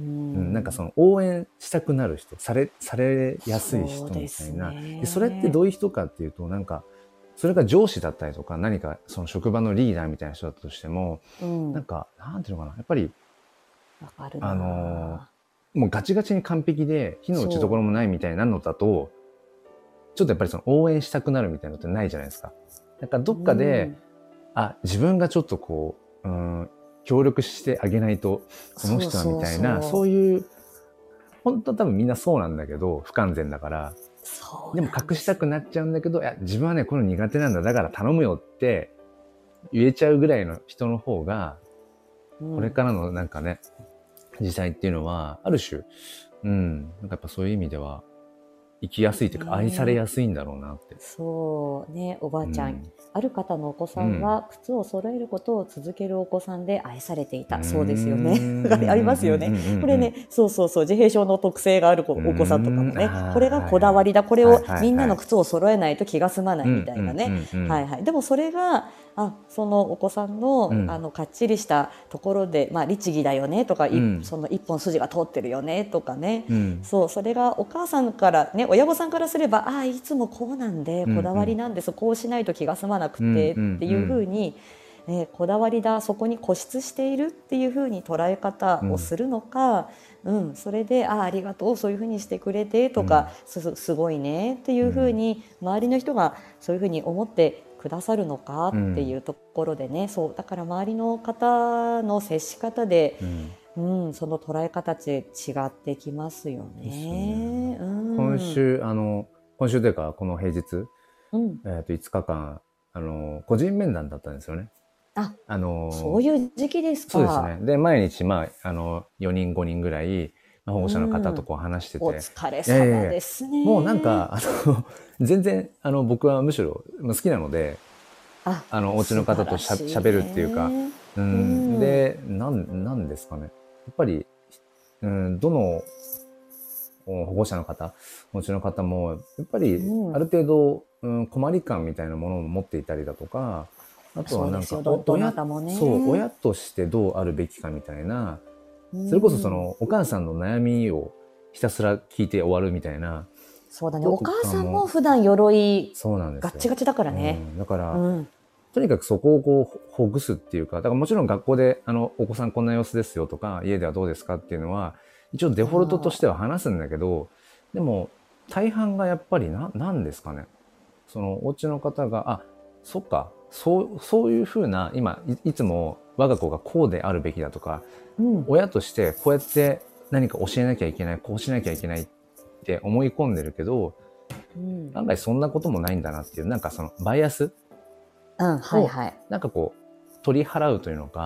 なんかその応援したくなる人、され、されやすい人みたいな。そ, でそれってどういう人かっていうと、なんか、それが上司だったりとか、何かその職場のリーダーみたいな人だったとしても、うん、なんか、なんていうのかな、やっぱり、 わかるな、 あの、もうガチガチに完璧で、火の打ちどころもないみたいなのだと、ちょっとやっぱりその応援したくなるみたいなのってないじゃないですか。だからどっかで、うん、あ、自分がちょっとこう、うん、協力してあげないと、この人はみたいな、そうそうそう、そういう、本当多分みんなそうなんだけど、不完全だから、でも隠したくなっちゃうんだけど、いや、自分はね、この苦手なんだ、だから頼むよって言えちゃうぐらいの人の方が、これからのなんかね、時代っていうのは、ある種、うん、なんかやっぱそういう意味では、生きやすいというか愛されやすいんだろうなって。 そうね、おばあちゃん、うん、ある方のお子さんは靴を揃えることを続けるお子さんで愛されていた、うん、そうですよねありますよね、これね、そうそうそう、自閉症の特性があるお子さんとかもね、これがこだわりだ、これをみんなの靴を揃えないと気が済まないみたいなね、はいはい。でもそれがあそのお子さんの、うん、あのかっちりしたところで、まあ、律儀だよねとか、うん、その一本筋が通ってるよねとかね、うん、そう、それがお母さんからね、親御さんからすれば、ああいつもこうなんで、こだわりなんです、うん、こうしないと気が済まなくてっていうふうに、ね、こだわりだ、そこに固執しているっていうふうに捉え方をするのか、うんうん、それで あ, ありがとう、そういうふうにしてくれてとか、うん、す, すごいねっていうふうに周りの人がそういうふうに思ってくださるのかっていうところでね、うん、そうだから周りの方の接し方で、うんうん、その捉え方って違ってきますよね。うん、 今週あの今週というかこの平日、うんえー、といつかかんあの個人面談だったんですよね。 あ、あのー、そういう時期ですか。 そうですね。で毎日、まあ、あのよにんごにんぐらい、まあ、保護者の方とこう話してて、うん、 お疲れ様ですね。 もうなんかあの全然あの僕はむしろ好きなので、ああのお家の方としゃ喋るっていうか、うん、うん、でなんなんですかね。やっぱり、うん、どの保護者の方、お家の方もやっぱりある程度、うん、困り感みたいなものを持っていたりだとか、あとはなんか親、ね、そう親としてどうあるべきかみたいな、それこそそのお母さんの悩みをひたすら聞いて終わるみたいな。 そうだね。お母さんも普段鎧ガッチガチだからね。 うん、だから、うん、とにかくそこをこうほぐすっていうか、だからもちろん学校であのお子さんこんな様子ですよとか、家ではどうですかっていうのは一応デフォルトとしては話すんだけど、でも大半がやっぱりななんですかね。そのお家の方があそっか。そう、そういうふうな、今い、いつも我が子がこうであるべきだとか、うん、親としてこうやって何か教えなきゃいけない、こうしなきゃいけないって思い込んでるけど、うん、案外そんなこともないんだなっていう、なんかそのバイアスを、うんはいはい、なんかこう、取り払うというのか、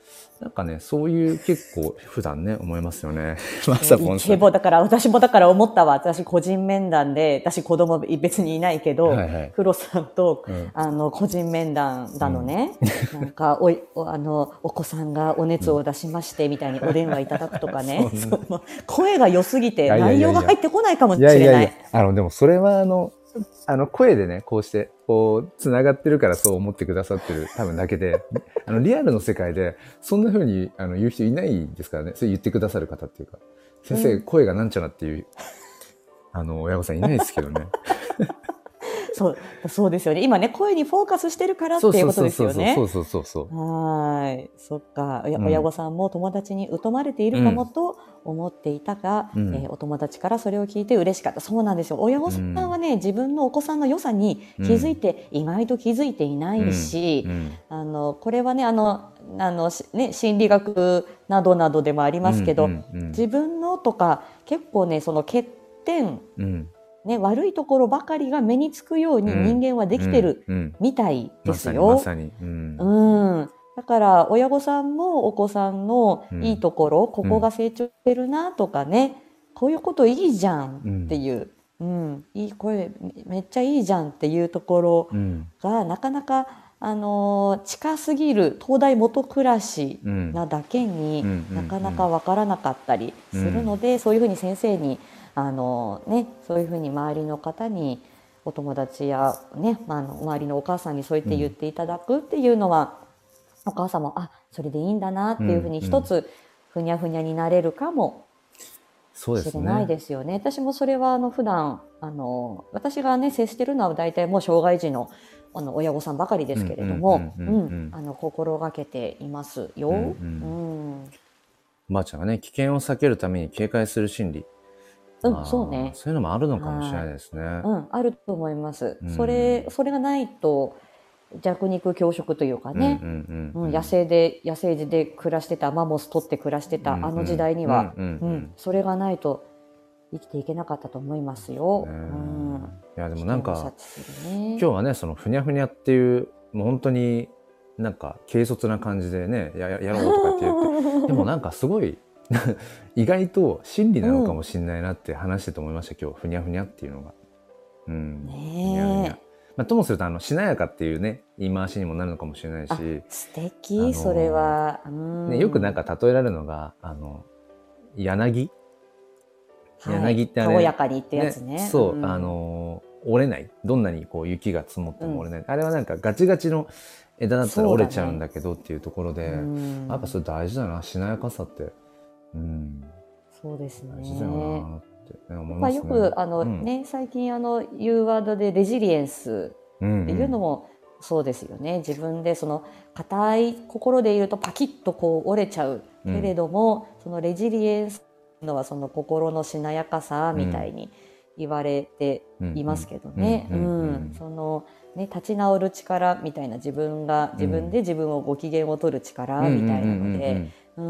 なんかね、そういう結構普段ね、思いますよね。まさぽんさん。 イケボだから、私もだから思ったわ。私個人面談で、私子供別にいないけど、 はいはい。 黒さんと、 うん。 あの、個人面談だのね。なんか、おい、おあの、お子さんがお熱を出しまして、みたいにお電話いただくとかね。 そんな。 その声が良すぎていやいやい内容がやいや。 入ってこないかもしいやいやいや、 れない。 あの、でもそれはあの、あの、声でね、こうして、こう、繋がってるからそう思ってくださってる多分だけで、あの、リアルの世界で、そんな風にあの言う人いないですからね。それ言ってくださる方っていうか、先生、 うん、 声がなんちゃらっていう、あの、親御さんいないですけどね。 そう、そうですよね。今ね、声にフォーカスしてるからっそうそうていうことでそうそうそうすよね。 そうそうそう。 はーい。そっか。おやうん。 親御さんも友達に疎まれているかもうん。 と思っていたが、 うん。 えーお友達からそれを聞いて嬉しかった。そうなんですよ。親御うさんはん。 ね、自分のお子さんの良さに気づいうん。 て、意外と気づいていないうん。 し、 うん。 あの、これはね、あの、あの、しね、心理学などなどでもありうん。 ますけど、 うん。 自分のとか、結構ね、その欠点、 うん。 ね、悪いところばかりが目につくように人うん。 間はでうん。 きてるうん。 みたいでまさにますよ。 さに。うん。 うん。だから親御さんもお子さんのいいうん。 ところ、こうん。 こが成長してるなとかね、こういうこといいじゃんうん。 っていう、うん、いい、これめめっちゃいいじゃんっていうところうん。 がなかなか、あのー近すぎる東大元暮らしうん。 なだけにうん。うなかなかん。 わからなかったりうん。 するので、そういうふうに先生に、あのーね、そういうふうに周りの方にお友達や、ね、まあ、あの周りのお母さんにそう言って言っていただくっていうのは、お母さんもあそれでいいんだなっうん。 ていうふうにうん。 一つふにゃふにゃになれるかもそうでしれないすね。 ですよね。私もそれはあの普段あの私がね接してるのは大体もう障害児のあの親御さんばかりでうん。 すけれどうん。うも、うん。うん、 ん。 あの心がけていますうん。うよ。うん。 ん、 おばあちゃんがね、危険を避けるために警戒する心理。 うん、そうああ、 ね。 そういうのもあるのかもしれはい。 ないですね。 うん、あると思います。 うそれ、 ん。 それがないと弱肉強食というかうん。うね、 ん。 うん、野うん。 生で野生児で暮らしてたマンモス取って暮らしてうん。うたあの時ん。 代にうん。 は、 うん。 うん、 うん。 それがないと生きていけなかったと思いますねよ。うん、 え。いや、で危もなんか、 険を察知するね。 今日はね、そのふにゃふにゃっていう、もう本当になんか軽率な感じでね、や、ややろうとかって言って、でもなんかすごい、意外と真理なのかうん、 もしれないなって話してて思いました、今日。ふにゃふにゃっていうのが。うん。ふにゃふにゃ。 ねえ。 まあ、ともすると、あの、しなやかっていうね、言い回しにもなるのかもしれないあ、 し、 素あ敵、それのは。うーね、よくなんん。 か例えられるのが、あの、柳はい。 柳ってあれ、 たおやかにってやつね、 ね。うそう、あん。 のー折れない。どんなにこう雪が積もってうん。 も折れない。あれはなんかガチガチの枝だったらそう折れちゃうんだね。 だけどっていうところうで、やっぱそん。 れ大事だな、しなやかさって。うん、 そうです大事だよね。 なって、ね、思いまあ、 ますね。 よくあうん。 のね、最近あの言うワードでレジリエンスうんっていううん。 のもそうですよね。自分でその硬い心でいるとパキッとこう折れちゃううん。 けれども、そのレジリエンスのはその心のしなやかさうん。 みたいに言われてうんうん。 いますけどうんね。 ううん、 んそのね、立ち直る力みたいな、自分がうん。う自分でん。 自分をご機嫌を取るうんうんうん力みたいなので、 うんうん、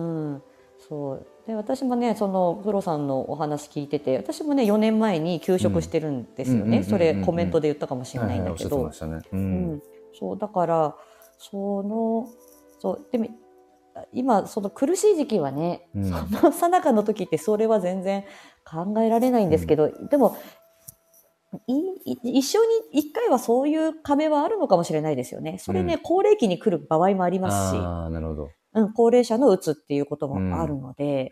そうで私もねその黒さんのお話聞いてて、私もねよねんまえに休うん。 職してるんでうんうんうんすよね。それコうんうん。 メントで言ったかもしれないんはいはい、おっしゃってまだけど、 したね。うん。 うん、そうだからそのそうでも今その苦しい時期はね、そうん。 の最中の時ってそれは全然考えられないんうん。 ですけど、でもいい一生に一回はそういう壁はあるのかもしれないですよね。それね、 うん。 高齢期に来る場合もありますし、 ああ、なるほど。 うん、高齢者のうつっていうこともあるうん。 ので、 うん。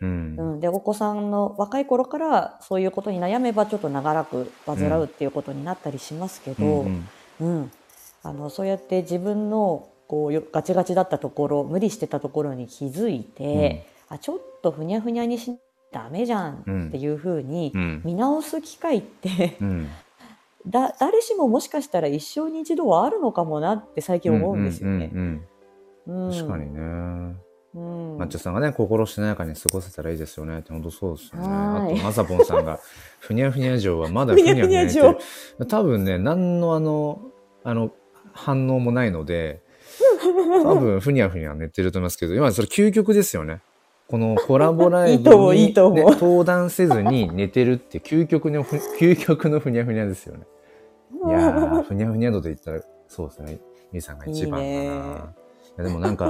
うん、でお子さんの若い頃からそういうことに悩めばちょっと長らく患うん。 うっていうことになったりしますけうんうど、 ん。 うん、あのそうやって自分のこうよガチガチだったところ、無理してたところに気づいて、 うん。 あちょっとふにゃふにゃにしダメじゃんっうん。 ていうふうにうん。 見直す機会ってうん。 だ誰しももしかしたら一生に一度はあるのかもなって最近うん。う思うんですん。うん。 よね。 うん。 う確かん、 にね。 うん、 マッチョさんがね、心しなやかに過ごせたらいいですよねって、ほんとそうですよね。あと、 はーい。 まさぽんさんが、ふにゃふにゃ城はまだふにゃふにゃふにゃ状。 ふにゃ寝てる。多分ね、何のあの、あの、反応もないので、多分ふにゃふにゃ寝てると思いますけど、今それ究極ですよね。このコラボライいいと思う、いいブに、ね、 と思う。 登壇せずに寝てるって究極のふ、究極のふにゃふにゃですよね。いやー、ふにゃふにゃ度で言ったら、そうですね。みーさんが一いい番かな。 ね。 いやでもなんか、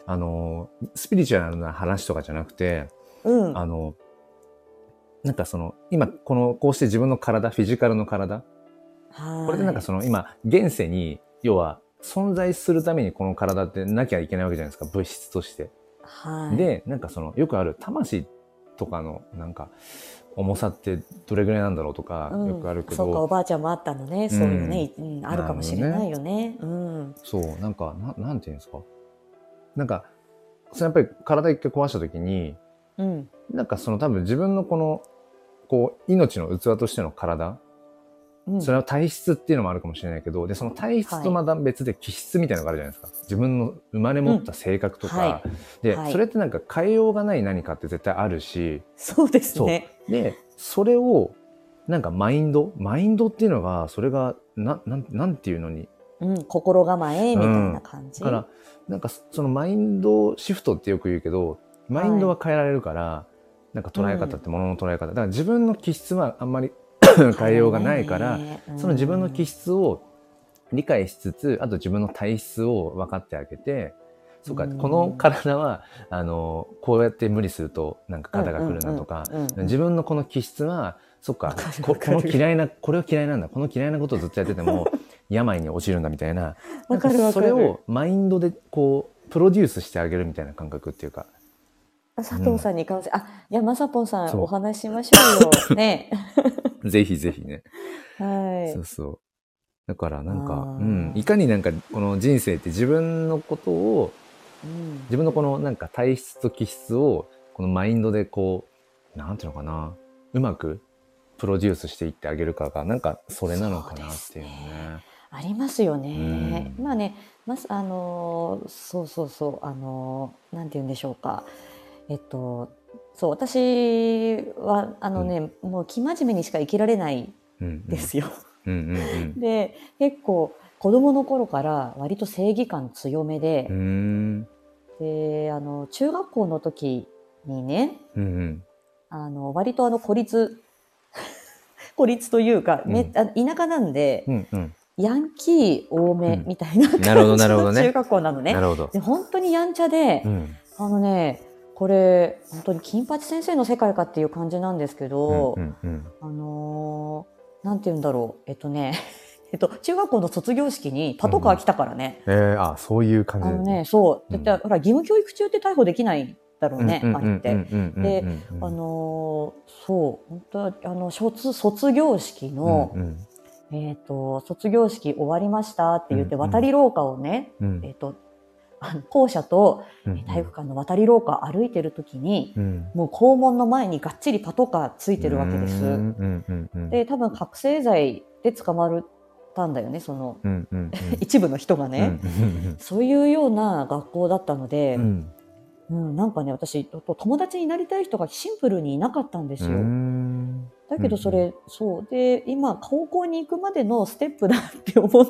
あの、スピリチュアルな話とかじゃなくて、 うん。 あの、なんかその、今、この、こうして自分の体、フィジカルの体、これでなんかはい。 その、今、現世に、要は、存在するためにこの体ってなきゃいけないわけじゃないですか、物質として。 はい。 で、なんかその、よくある魂とかの、なんか、重さってどれぐらいなんだろうとか、よくうん。 あるけそうか、 ど、 おばあちゃんもあったのね。 うそういうね、 ん。 いうん、あるなかもしれなるほどね。 いよね。うん。 そう、なんか、ななんていうんですか。なんか、それやっぱり体一回壊した時に、 うん。 なんかその多分自分のこの、こう、命の器としての体、 うん。 それは体質っていうのもあるかもしれないけど、で、その体質はい。 とまた別で気質みたいなのがあるじゃないですか。自分の生まれ持うん。 った性格とはい。 か。で、 はい。 それってなんか変えようがない何かって絶対あるし、 そうですそね。 う。で、それを、なんかマインドマインドっていうのが、それが、な、なん、なんていうのに、 うん。心構えみたいなうん。 感じ。 だから、なんかそのマインドシフトってよく言うけど、マインはい。 ドは変えられるから、なんか捉え方っうん。 てものの捉え方。だから自分の気質はあんまり変えようが変えられないないから、 ね。うその自分の気ん。 質を理解しつつ、あと自分の体質を分かってあげて、 うそうか、このん。 体は、あの、こうやって無理するとなんかうん肩が来るうんうんなとか、 うんうん。 自分のこの気質は、そっか、 わかるわこ、こかる。 の嫌いな、これを嫌いなんだ、この嫌いなことをずっとやってても、病に陥るんだみたいな、なんかわかるわそれをかる。 マインドでこう、プロデュースしてあげるみたいな感覚っていうか、 佐うん。 藤さんに関して、あ、じゃあまさぽんさんおそ話ししましょうよ。ね。 う。ぜひぜひね。 はい。 そうそう。だからあなんか、うん。いあ。 かになんかこの人生って自分のことを、 うん。 自分のこのなんか体質と気質を、このマインドでこう、なんていうのかな、うまくプロデュースしていってあげるかが、なんかそれそなのかうですなっていうのね。 ね。 ありますようね。 ん。 まあね、まず、あのーそうそうそう、あのーなんて言うんでしょうか。えっと、そう、私は、あうん。 のね、もう生真面目にしか生きられないうんうん。 ですよ。 うんうんで、結構子供の頃から割と正義感強めうん。うで、 ーん。 で、あの、中学校の時にね、 うんあの、割とあの、孤立、孤立というか、 うん。うめ、 ん。 あ田舎なんで、 うんうん。 ヤンキー多めうん。 みたいななるほど感じなるほどね。 の中学校なのね。 なるほど。 で、本当にやんちゃで、 うん。 あのね、これ、本当に金八先生の世界かっていう感じなんですけうんど、 うんうん。 あのーなんて言うんだろう。えっとね、えっと、中学校の卒業式にパトカー来うんうん。 たからね。 えー、あ、そういう感じでね。 あのね、そう。だって、 うん。 ほら、義務教育中って逮捕できないだろうね、 うんうんあれって。 うんうんうんで、 うんうんあのーそう、本当はあの、卒、卒業式うんの、 うんえっと、卒業式終わりましたって言って、 うんうん渡り廊下をね、 うんえっと、あの校舎とうんえー体育館の渡り廊下を歩いてる時に、 うん。 もう校門の前にがっちりパトカーついうーんてるわけです。 うんうんうんで、多分覚醒剤で捕まったんだよね、そのうんうんうん一部の人がうんうね。 んそういうような学校だったので、 うんうん、なんかね、私、と友達になりたい人がシンプルにいなかったんでうーすよ。 んだうんうんけどそれ、そう。で、今、高校に行くまでのステップだって思って、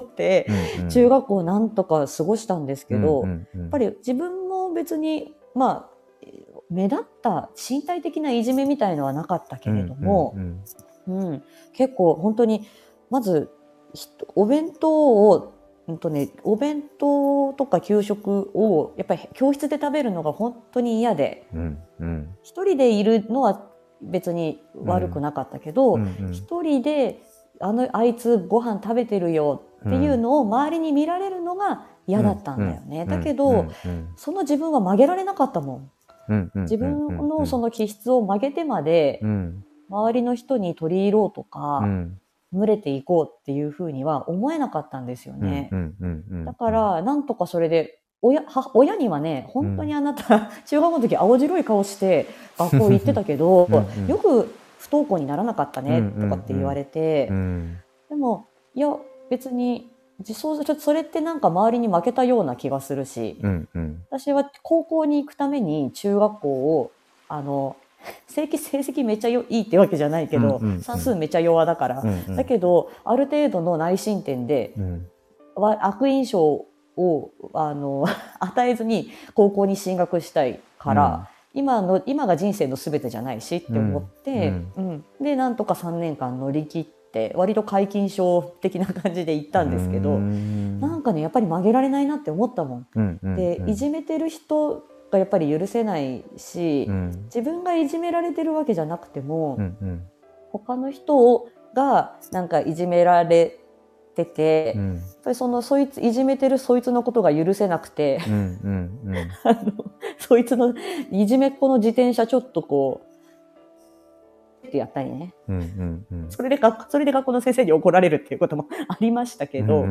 うんうん中学校なんとか過ごしたんですうんけど、やっうんうんぱり自分も別に、まあ、目立った身体的ないじめみたいのはなかったけれうんうんども、 うんうん、結構本当に、まず、ひとお弁当を、うんとね、お弁当とか給食をやっぱり教室で食べるのが本当に嫌で、 うんうん一人でいるのは別に悪くなかったけど、 うんうん一人であのあいつご飯食べてるよっていうのを周りに見られるのが嫌だったんだよね。だけどその自分は曲げられなかったもん。自分のその気質を曲げてまで周りの人に取り入ろうとか群れていこうっていうふうには思えなかったんですよね。だからなんとかそれで親、は親にはね、本当にあなた、中学校の時青白い顔して学校行ってたけど、よく不登校にならなかったね、とかって言われて、でも、いや、別に、そうちょっとそれってなんか周りに負けたような気がするし、 うんうん私は高校に行くために中学校を、あの、成績、成績めっちゃいいってわけじゃないけど、算数めっちゃ弱だから、だけど、ある程度の内申点で、悪印象をあの与えずに高校に進学したいから、うん、今の今が人生の全てじゃないしって思って、うんうん、でなんとかさんねんかん乗り切って割と皆勤賞的な感じで行ったんですけど、ななんかねやっぱり曲げられないなって思ったもん。 うんうんで、いじめてる人がやっぱり許せないし、 うん、 自分がいじめられてるわけじゃなくても、 うんうん他の人がなんかいじめられてて、 うん、 やっぱりそのそいついじめてるそいつのことが許せなくて、 うんうんうん、 あのそいつのいじめっ子の自転車ちょっとこうってやったりね、 うんうんうん、 それで学それで学校の先生に怒られるっていうこともありましたけど、 うんうんうん、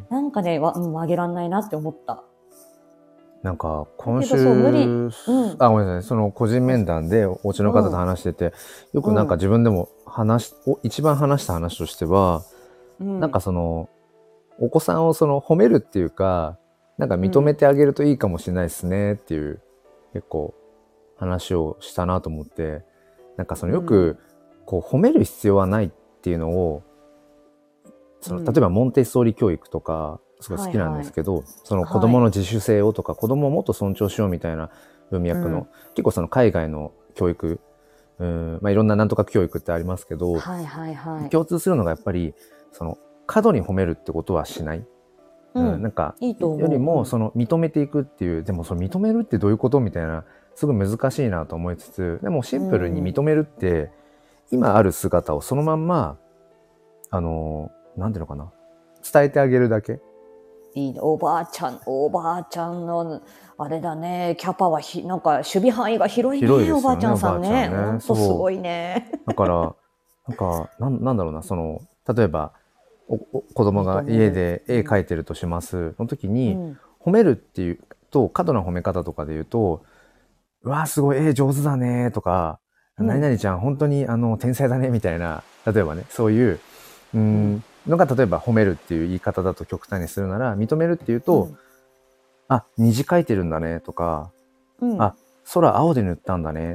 なんかねわ、うん、曲げらんないなって思った。 なんか今週、 だけどそう無理、うん、 あ、ごめんなさい、その個人面談でお家の方と話してて、よくなんか自分でも話し、お一番話した話としては、うん、なんかそのお子さんをその褒めるっていうか、なんか認めてあげるといいかもしれないですねっていう、うん、結構話をしたなと思って、なんかそのよくこう褒める必要はないっていうのを、その例えばモンテッソーリ教育とかすごい好きなんですけど、はいはい、その子供の自主性をとか、はい、子供をもっと尊重しようみたいな文脈の、うん、結構その海外の教育、うん、まあいろんななんとか教育ってありますけど、 はいはいはい、 共通するのがやっぱりその過度に褒めるってことはしない。うん、なんかいいと思う。 よりもその認めていくっていう、でもその認めるってどういうことみたいな、すごい難しいなと思いつつ、でもシンプルに認めるって、うん、今ある姿をそのまんまあのなんていうのかな、伝えてあげるだけ。 いいね、おばあちゃんおばあちゃんのあれだね、キャパはひなんか守備範囲が広いね、広いですよね、おばあちゃんさんね、ほんとすごいね。 だからなんかな ん, なんだろうな、その例えばおお子供が家で絵描いてるとします、うん、その時に、うん、褒めるっていうと過度な褒め方とかで言うと、うわーすごい絵上手だねとか、うん、何々ちゃん本当にあの天才だねみたいな、例えばね、そういううーんのが例えば褒めるっていう言い方だと極端にするなら、認めるっていうと、うん、あ、虹描いてるんだねとか、うん、あ、空青で塗ったんだねって、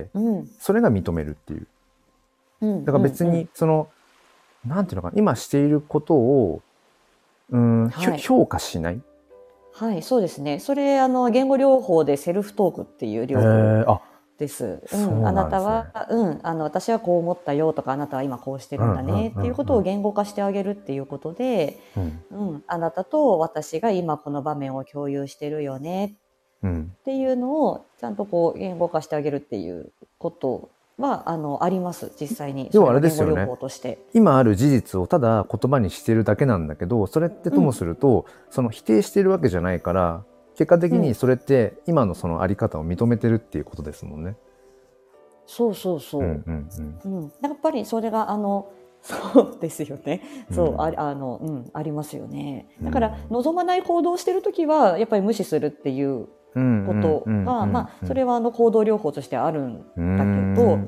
うん、それが認めるっていう。うん、だから別にその、うん、なんていうのかな、今していることを、うん、はい、評価しない。 はい、そうですね。それあの言語療法でセルフトークっていう療法。あです。うん、あなたは、うん、あの私はこう思ったよとか、あなたは今こうしてるんだねっていうことを言語化してあげるっていうことで、うんうん、あなたと私が今この場面を共有してるよねっていうのをちゃんとこう言語化してあげるっていうことはあのあります、実際に。 要はあれですよね。 言語療法として今ある事実をただ言葉にしてるだけなんだけど、それってともすると、うん、その否定してるわけじゃないから、結果的にそれって今のそのあり方を認めてるっていうことですもんね。 そうそうそう。うんうんうん。うん、やっぱりそれがあのそうですよね。そう、うん、あ, あのうんありますよね。だから望まない行動をしてるときはやっぱり無視するっていうことが、まあそれはあの行動療法としてあるんだけど、うん、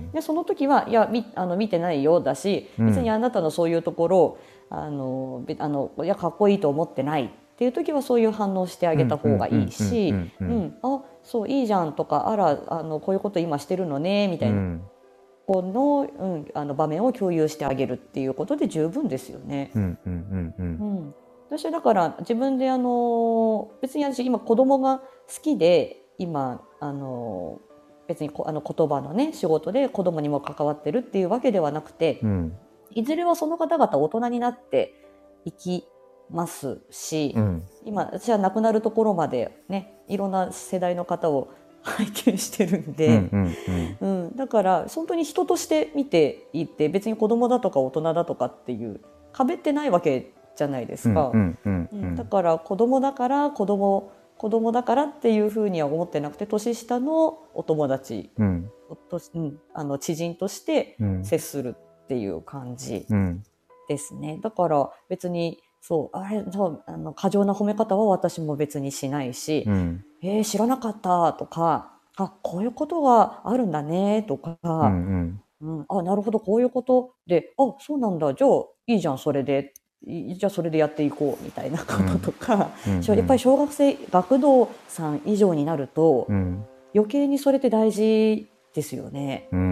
でその時はいやみあの見てないよだし、別にあなたのそういうところあのあのいやかっこいいと思ってないっていう時はそういう反応してあげた方がいいし、あそういいじゃんとか、あらあのこういうこと今してるのねみたいな、うん、この、うん、あの場面を共有してあげるっていうことで十分ですよね。私だから自分であの別に私今子供が好きで今あの別にあの言葉のね仕事で子供にも関わってるっていうわけではなくて、うん、いずれはその方々大人になっていきますし、うん、今私は亡くなるところまでねいろんな世代の方を拝見してるんで、うんうんうんうん、だから本当に人として見ていて、別に子供だとか大人だとかっていう壁ってないわけじゃないですか、うんうんうんうん、だから子供だから子供子供だからっていうふうには思ってなくて、年下のお友達、うんうん、あの知人として接するっていう感じですね、うん、だから別にそうあれそうあの過剰な褒め方は私も別にしないし、うん、えー、知らなかったとか、あこういうことがあるんだねとか、うんうんうん、あなるほどこういうことで、あそうなんだ、じゃあいいじゃんそれで、じゃあそれでやっていこうみたいなこととか、うんうん、やっぱり小学生学童さん以上になると、うん、余計にそれって大事ですよね。 うん、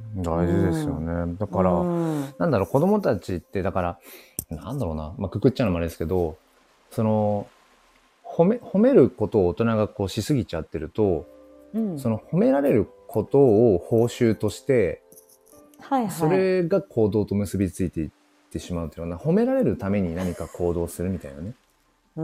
大事ですよね。うん、だから、うん、なんだろう、子供たちってだからなんだろうな、まあ、くくっちゃうのもあれですけど、その褒め褒めることを大人がこうしすぎちゃってると、うん、その褒められることを報酬として、はいはい、それが行動と結びついてってしまうっていうのは、褒められるために何か行動するみたいなね。 うん。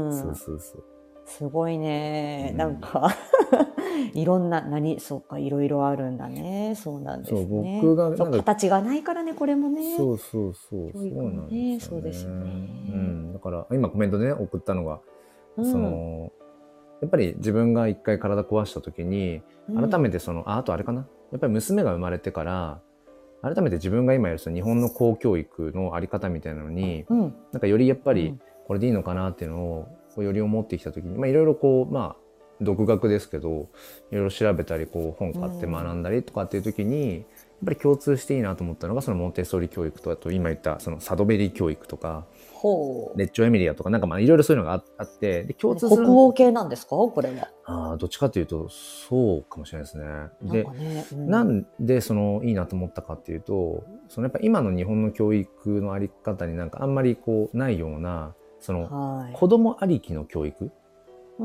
そうそうそう。 すごいね。 うん、 なんかいろんな、何、そうか、いろいろあるんだね。そうなんですね。 そう、僕がそう、 なんか、 形がないからね、これもね。 そうそうそう、 教育そうもね、 なんですよね。 そうですよね。 うん。だから、今コメントでね、送ったのが、 うん、 その、やっぱり自分が一回体壊した時に、改めてその、あ、あとあれかな。やっぱり娘が生まれてから、改めて自分が今やるその日本の公教育のあり方みたいなのに、うん、なんかよりやっぱりこれでいいのかなっていうのをより思ってきた時に、まあいろいろこう、まあ独学ですけど、いろいろ調べたり、こう本買って学んだりとかっていう時に、やっぱり共通していいなと思ったのが、そのモンテッソーリ教育と、あと今言ったそのサドベリ教育とか、 ほう。 レッチョエミリアとか、なんかまあいろいろそういうのがあって、で共通する。北欧系なんですか、これは。 ああ、どっちかというとそうかもしれないですね。で、 なんかね、うん、 なんでそのいいなと思ったかっていうと、そのやっぱ今の日本の教育のあり方になんかあんまりこうないような、その子供ありきの教育、うん、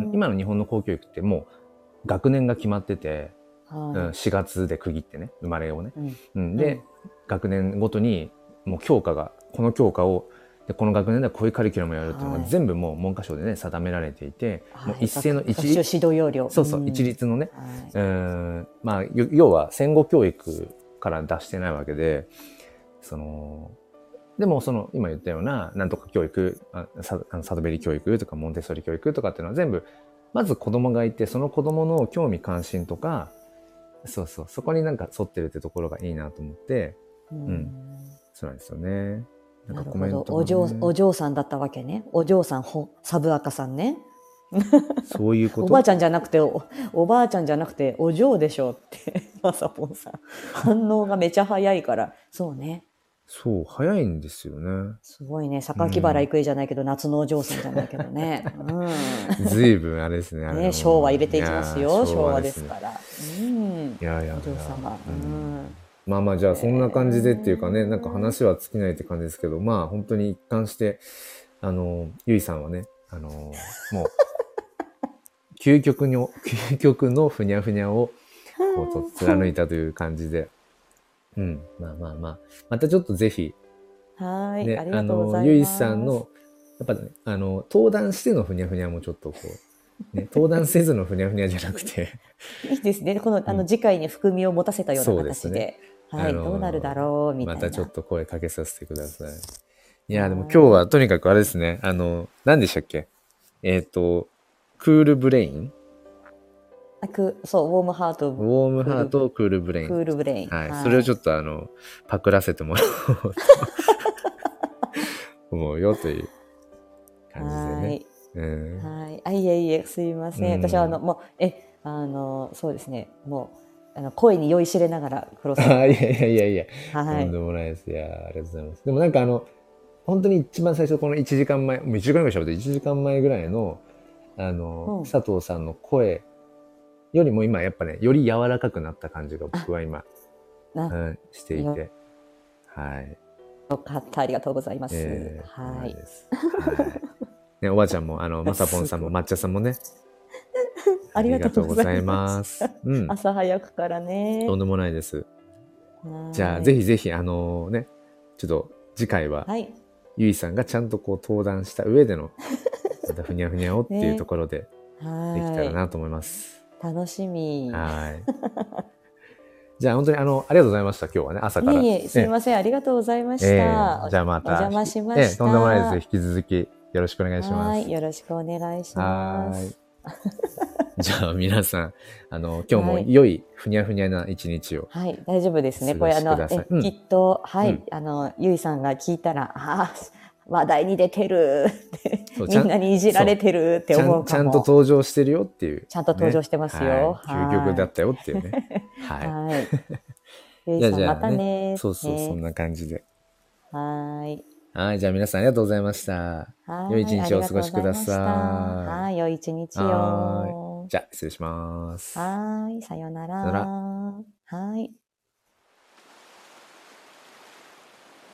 今の日本の公教育ってもう学年が決まってて、はい、しがつで区切ってね、生まれをね、うんうん、で、うん、学年ごとにもう教科がこの教科をでこの学年ではこういうカリキュラムをやるっていうのが全部もう文科省でね定められていて、はい、もう一斉の一律、 指導要領、 そうそう、うん、一律のね、はい、うんまあ要は戦後教育から出してないわけで、そのでもその今言ったようななんとか教育、あササドベリ教育とかモンテッソーリ教育とかっていうのは全部まず子供がいて、その子供の興味関心とか、そうそう、そこになんか沿ってるってところがいいなと思って、うん、うん、そうなんですよね。 なんかコメント、ね、なるほど、お嬢、お嬢さんだったわけね。お嬢さん、ほサブアカさんね。 そういうこと。 おばあちゃんじゃなくて お, おばあちゃんじゃなくてお嬢でしょってまさぽんさん反応がめちゃ早いから。そうね、 そう早いんですよね。 すごいね。榊原郁恵じゃないけど、うん、夏のお嬢さんじゃないけどね。 うん、ずいぶんあれですね。あね、昭和入れていきますよ。昭和ですから。うん。 いやいやいや、 お嬢様。うん。 まあまあ、じゃあそんな感じでっていうかね、なんか話は尽きないって感じですけど、まあ本当に一貫して、あの、ゆいさんはね、あの、もう、究極の、究極のふにゃふにゃを、こう、貫いたという感じで、うん、まあまあまあ、またちょっとぜひ、 はい、ね、ありがとうございます。 ゆいさんの、やっぱね、あの、登壇してのふにゃふにゃもちょっとこう、ね、登壇せずのふにゃふにゃじゃなくて。 いいですね。この、あの、次回に含みを持たせたような形で。でね、はい、どうなるだろう、みたいな。 またちょっと声かけさせてください。いや、でも今日はとにかくあれですね、あの、何でしたっけ？えっと、クールブレイン？ あくそう、ウォームハート。 ウォームハート、クールブレイン。 クールブレイン。 はい。はい、それをちょっとあの、パクらせてもらおうと思うよという感じでね。はい。うん、はい。 あ、いえいえ、すいません。うん、私はあの、もう、え、あの、そうですね、もう、あの声に酔いしれながら黒さん。 いやいやいやいや、はい、とんでもないです。いや、ありがとうございます。でもなんかあの、本当に一番最初このいちじかんまえ、もういちじかんぐらい喋っていちじかんまえぐらいの、あの、うん、佐藤さんの声よりも今やっぱね、より柔らかくなった感じが僕は今、うん、していて。はい。 よかった。ありがとうございます。えー、はい。 ね、おばあちゃんも、あの、まさぽんさんも抹茶さんもね。 ありがとうございます。 うん、 朝早くからね。 とんでもないです。じゃあ、ぜひぜひ、あのね、ちょっと次回は、はい、ゆいさんがちゃんとこう登壇した上での、またふにゃふにゃをっていうところで、できたらなと思います。 ね、楽しみ。 はい。じゃあ本当にあの、ありがとうございました。今日はね、朝から。 いえいえ、すみません、ね。ありがとうございました。えー、 じゃあまた。 お邪魔しました。えー、 とんでもないです。引き続きよろしくお願いします。 はい、よろしくお願いします。 じゃあ皆さん、あの、今日も良いふにゃふにゃな一日を。 はい、大丈夫ですね。これあの、え、うん、きっと、はい、うん、あの、ゆいさんが聞いたら、ああ、話題に出てるってみんなにいじられてるって思うかも。 ちゃんと登場してるよっていう、ね。 ちゃんと登場してますよ。 はい、究極だったよっていうね。はい。 はい。ゆいさん、またね。 そうそう、そんな感じで。 はい。 はい、じゃあ皆さんありがとうございました。はい。良い一日をお過ごしください。 はい、良い一日を。 じゃあ、失礼します。 はい、さよなら。 さよなら。 はい。